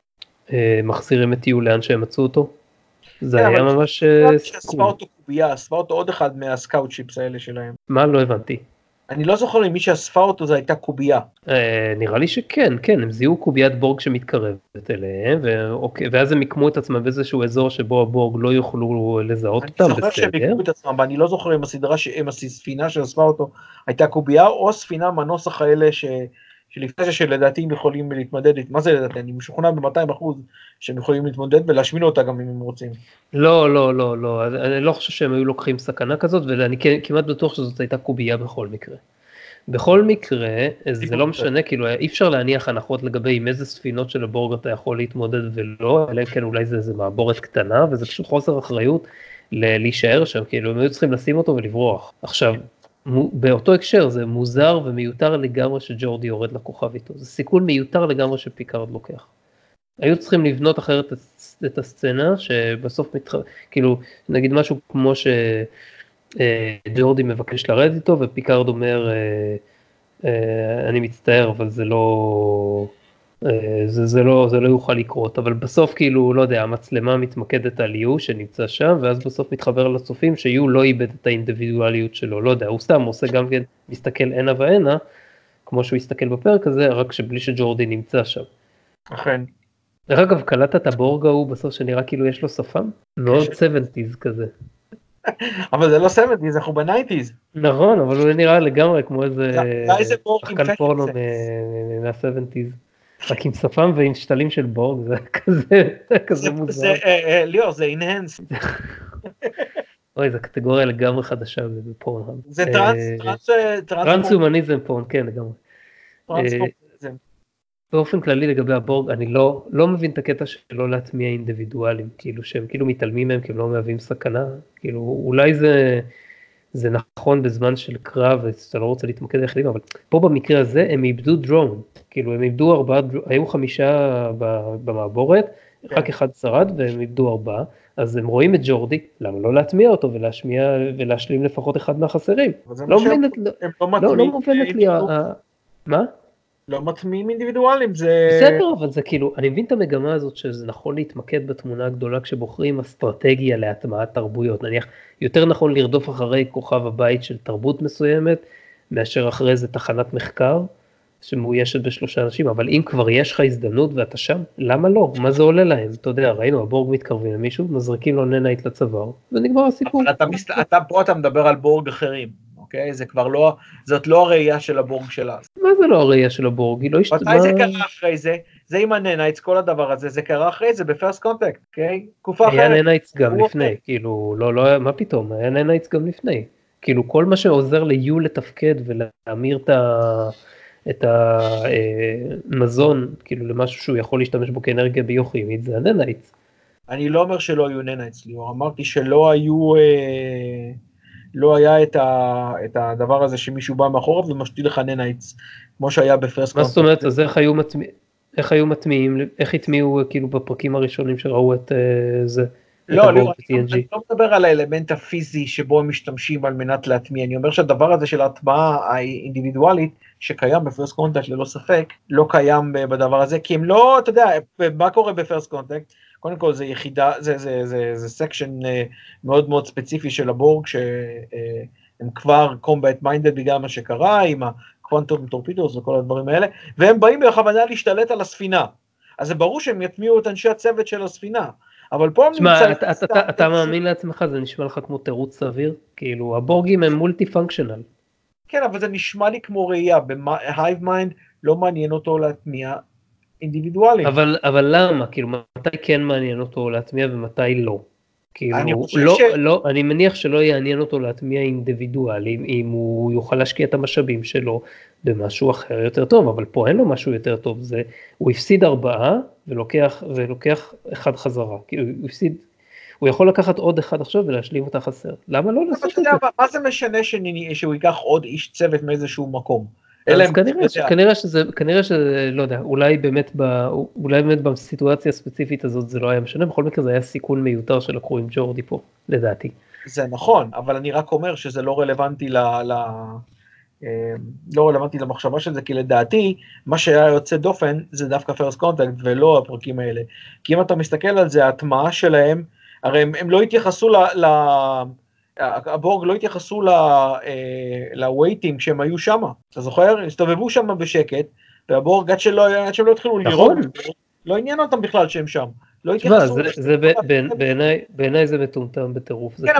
הם, מחזירים את יו לאן שהם מצאו אותו. זה כן, היה ממש סיכון. אספה אותו קובייה, אספה אותו עוד אחד מהסקאוט שיפס האלה שלהם. מה? לא הבנתי. אני לא זוכר אם מי שאספה אותו זה הייתה קובייה. אה, נראה לי שכן, כן, הם זיהו קוביית בורג שמתקרבת אליהם, ואוקיי, ואז הם מיקמו את עצמם באיזשהו אזור שבו הבורג לא יוכלו לזהות אותם, בסדר. אני זוכר שהם מיקמו את עצמם, אבל אני לא זוכר אם הסדרה, אם הספינה שאספה אותו הייתה קובייה, או ספינה מהנוסח האלה ש... שלפני שלדעתי הם יכולים להתמודד, מה זה לדעתי? אני משוכנע ב-מאתיים אחוז שהם יכולים להתמודד ולהשמין אותה גם אם הם רוצים. לא, לא, לא, לא, אני לא חושב שהם היו לוקחים סכנה כזאת, ואני כמעט בטוח שזאת הייתה קובייה בכל מקרה. בכל מקרה, זה לא משנה, כאילו אי אפשר להניח הנחות לגבי עם איזה ספינות של הבורג אתה יכול להתמודד ולא, אלא כן אולי זה איזה מעבורת קטנה, וזה פשוט חוסר אחריות להישאר שם, כאילו הם היו צריכים לשים אותו ולברוח. עכשיו, באותו הקשר זה מוזר ומיותר לגמרי שג'ורדי יורד לכוכב איתו, זה סיכון מיותר לגמרי שפיקארד לוקח. היו צריכים לבנות אחרת את הסצנה שבסוף מתח... כאילו נגיד משהו כמו ש... ג'ורדי מבקש לרדת איתו, ופיקארד אומר, אני מצטער, אבל זה לא, זה, זה לא, זה לא יוכל לקרות, אבל בסוף כאילו, לא יודע, המצלמה מתמקדת על יו שנמצא שם, ואז בסוף מתחבר לצופים שיו לא איבד את האינדיבידואליות שלו, לא יודע, הוא סתם עושה גם כן, מסתכל הנה והנה, כמו שהוא הסתכל בפרק הזה, רק שבלי שג'ורדי נמצא שם. אכן. דרך אגב, קלטת את הבורג ההוא בסוף שנראה כאילו יש לו שפם? מאוד שבעים כזה. אבל זה לא שבעים, אנחנו ב-תשעים. נכון, אבל הוא נראה לגמרי כמו איזה שחקן פורנו מה-שבעים, רק עם שפם ועם שתלים של בורג, זה כזה, כזה מוזר. ליאור, זה אינהנס. אוי, זו קטגוריה לגמרי חדשה בפורנו. זה טרנס... טרנס-הומניזם פורנו, כן, לגמרי. טרנס-הומניזם. באופן כללי לגבי הבורג, אני לא, לא מבין את הקטע שלא להטמיע אינדיבידואלים, כאילו שהם כאילו מתעלמים מהם, כי הם לא מהווים סכנה, כאילו אולי זה, זה נכון בזמן של קרב, ואתה לא רוצה להתמקד ביחידים, אבל פה במקרה הזה הם איבדו דרון, כאילו הם איבדו ארבעה, היו חמישה במעבורת, כן. רק אחד שרד והם איבדו ארבעה, אז הם רואים את ג'ורדי, למה לא להטמיע אותו ולהשמיע ולהשלים לפחות אחד מהחסרים? לא מובנת, לא, לא מובנת לי, מה? לא מטמיעים אינדיבידואלים, זה... בסדר, אבל זה כאילו, אני מבין את המגמה הזאת שזה נכון להתמקד בתמונה הגדולה כשבוחרים אסטרטגיה להטמעת תרבויות, נניח יותר נכון לרדוף אחרי כוכב הבית של תרבות מסוימת, מאשר אחרי זה תחנת מחקר, שמאוישת בשלושה אנשים, אבל אם כבר יש לך הזדמנות ואתה שם, למה לא? מה זה עולה להם? אתה יודע, ראינו, הבורג מתקרבים למישהו, מזריקים לו ננייט לצוואר, ונגמר הסיפור. אבל אתה, אתה, פה אתה מדבר על בורג אחרים. אוקיי? זה כבר לא, זאת לא הראייה של הבורג שלה. מה זה לא הראייה של הבורג? היא לא השתנה... מתי זה קרה אחרי זה? זה עם הננייטס, כל הדבר הזה, זה קרה אחרי זה בפרסט קונטקט, אוקיי? תקופה אחרת. היה ננייטס גם לפני, כאילו, לא, לא, מה פתאום? היה ננייטס גם לפני. כאילו, כל מה שעוזר ליו לתפקד ולהמיר את ה... את המזון, כאילו, למשהו שהוא יכול להשתמש בו כאנרגיה ביוכימית, זה הננייטס. אני לא אומר שלא היו ננייטס, ליאור, אמרתי שלא היו... אה... לא היה את, ה, את הדבר הזה שמישהו בא מאחוריו ומשתיל לך ננייטס, כמו שהיה בפרסט קונטקט. מה זאת אומרת, אז איך היו מטמיעים, איך היו מטמיעים, איך הטמיעו כאילו בפרקים הראשונים שראו את זה? לא, לא, אני לא מדבר על האלמנט הפיזי שבו הם משתמשים על מנת להטמיע, אני אומר שהדבר הזה של ההטמעה האינדיבידואלית, שקיים בפרסט קונטקט ללא ספק, לא קיים בדבר הזה, כי הם לא, אתה יודע, מה קורה בפרסט קונטקט? קודם כל זה יחידה, זה, זה, זה, זה סקשן מאוד מאוד ספציפי של הבורג, שהם כבר קומבט מיינדד בגלל מה שקרה, עם הקוונטום טורפידוס וכל הדברים האלה, והם באים בכוונה להשתלט על הספינה. אז זה ברור שהם יטמיעו את אנשי הצוות של הספינה, אבל פה הם נמצאים... אתה מאמין לעצמך, זה נשמע לך כמו תירוץ סביר? כאילו, הבורגים הם מולטי פונקשיונל. כן, אבל זה נשמע לי כמו ראייה, בהייב מיינד לא מעניין אותו להטמיע אינדיבידואלים. אבל, אבל למה? כאילו, מתי כן מעניין אותו להטמיע ומתי לא? כאילו, אני לא, ש... לא, אני מניח שלא יעניין אותו להטמיע אינדיבידואלים, אם הוא יוכל להשקיע את המשאבים שלו במשהו אחר יותר טוב, אבל פה אין לו משהו יותר טוב, זה, הוא הפסיד ארבעה ולוקח, ולוקח אחד חזרה, כאילו, הוא הפסיד, הוא יכול לקחת עוד אחד עכשיו ולהשלים אותה חסר, למה לא לעשות את זה? מה זה משנה שהוא ייקח עוד איש צוות מאיזשהו מקום? אז כנראה, כנראה שזה, כנראה שזה, לא יודע, אולי באמת, ב, אולי באמת בסיטואציה הספציפית הזאת זה לא היה משנה, בכל מקרה זה היה סיכון מיותר שלקחו עם ג'ורדי פה, לדעתי. זה נכון, אבל אני רק אומר שזה לא רלוונטי ל, ל, לא רלוונטי למחשבה של זה, כי לדעתי, מה שהיה יוצא דופן זה דווקא פרסט קונטקט ולא הפרקים האלה. כי אם אתה מסתכל על זה, ההטמעה שלהם, הרי הם, הם לא התייחסו ל... ל הבורג לא התייחסו לווייטים כשהם היו שם, אתה זוכר? הסתובבו שם בשקט, והבורג עד שהם לא התחילו לראות, לא עניין אותם בכלל שהם שם, לא התייחסו. בעיניי זה מטומטם בטירוף. כן,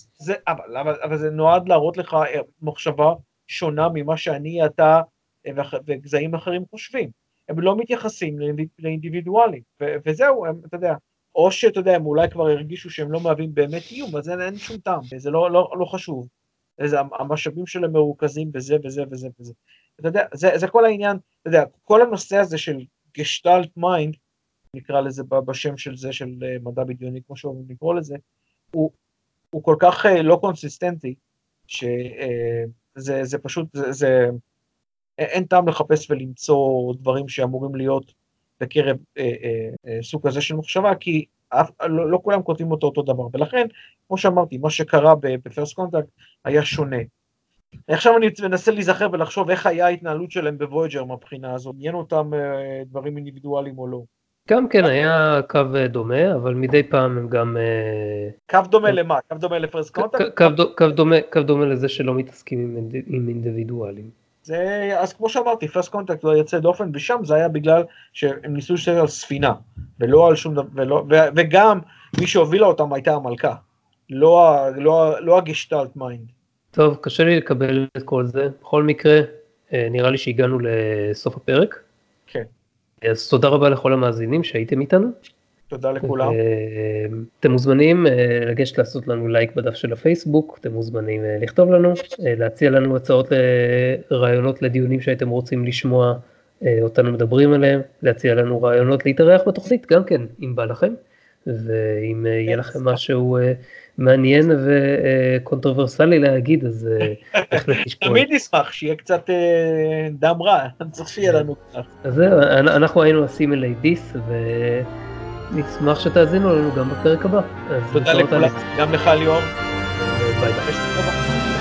אבל זה נועד להראות לך מחשבה שונה ממה שאני, אתה וגזעים אחרים חושבים. הם לא מתייחסים לאינדיבידואלים, וזהו, אתה יודע. או שאתה יודע, הם אולי כבר הרגישו שהם לא מהווים באמת איום, אז אין שום טעם, זה לא, לא, לא חשוב. זה, המשאבים שלהם מרוכזים בזה וזה וזה וזה. אתה יודע, זה, זה כל העניין, אתה יודע, כל הנושא הזה של גשטלט מיינד, נקרא לזה בשם של זה, של מדע בדיוני, כמו שאומרים לקרוא לזה, הוא, הוא כל כך לא קונסיסטנטי, שזה זה פשוט, זה, זה, אין טעם לחפש ולמצוא דברים שאמורים להיות, בקרב אה, אה, אה, סוג כזה של מחשבה, כי אף, לא, לא כולם כותבים אותו אותו דבר, ולכן, כמו שאמרתי, מה שקרה בפרסט קונטקט היה שונה. עכשיו אני מנסה להיזכר ולחשוב איך היה ההתנהלות שלהם בוויג'ר מהבחינה הזו, עניין אותם אה, דברים אינדיבידואליים או לא. גם כן היה קו דומה, אבל מדי פעם הם גם... קו דומה למה? קו דומה לפרסט קונטקט? קו דומה לזה שלא מתעסקים עם אינדיבידואלים. זה, אז כמו שאמרתי, פרסט קונטקט לא יצא דופן, ושם זה היה בגלל שהם ניסו להשתמש על ספינה, ולא על שום דבר, ולא, ו, וגם מי שהובילה אותם הייתה המלכה, לא, לא, לא הגשטלט מיינד. טוב, קשה לי לקבל את כל זה. בכל מקרה, נראה לי שהגענו לסוף הפרק. כן. אז תודה רבה לכל המאזינים שהייתם איתנו. תודה לכולם. אתם מוזמנים לגשת לעשות לנו לייק בדף של הפייסבוק, אתם מוזמנים לכתוב לנו, להציע לנו הצעות לרעיונות לדיונים שהייתם רוצים לשמוע אותנו מדברים עליהם, להציע לנו רעיונות להתארח בתוכנית גם כן, אם בא לכם, ואם יהיה לכם משהו מעניין וקונטרוברסלי להגיד, אז בהחלט תשקול. תמיד נשמח שיהיה קצת דם רע, אני צריך שיהיה לנו קצת. אז זהו, אנחנו היינו הסימלי דיס, ונשמח שתאזינו לנו גם בפרק הבא. תודה לכולם, גם לך ליאור. ביי ביי.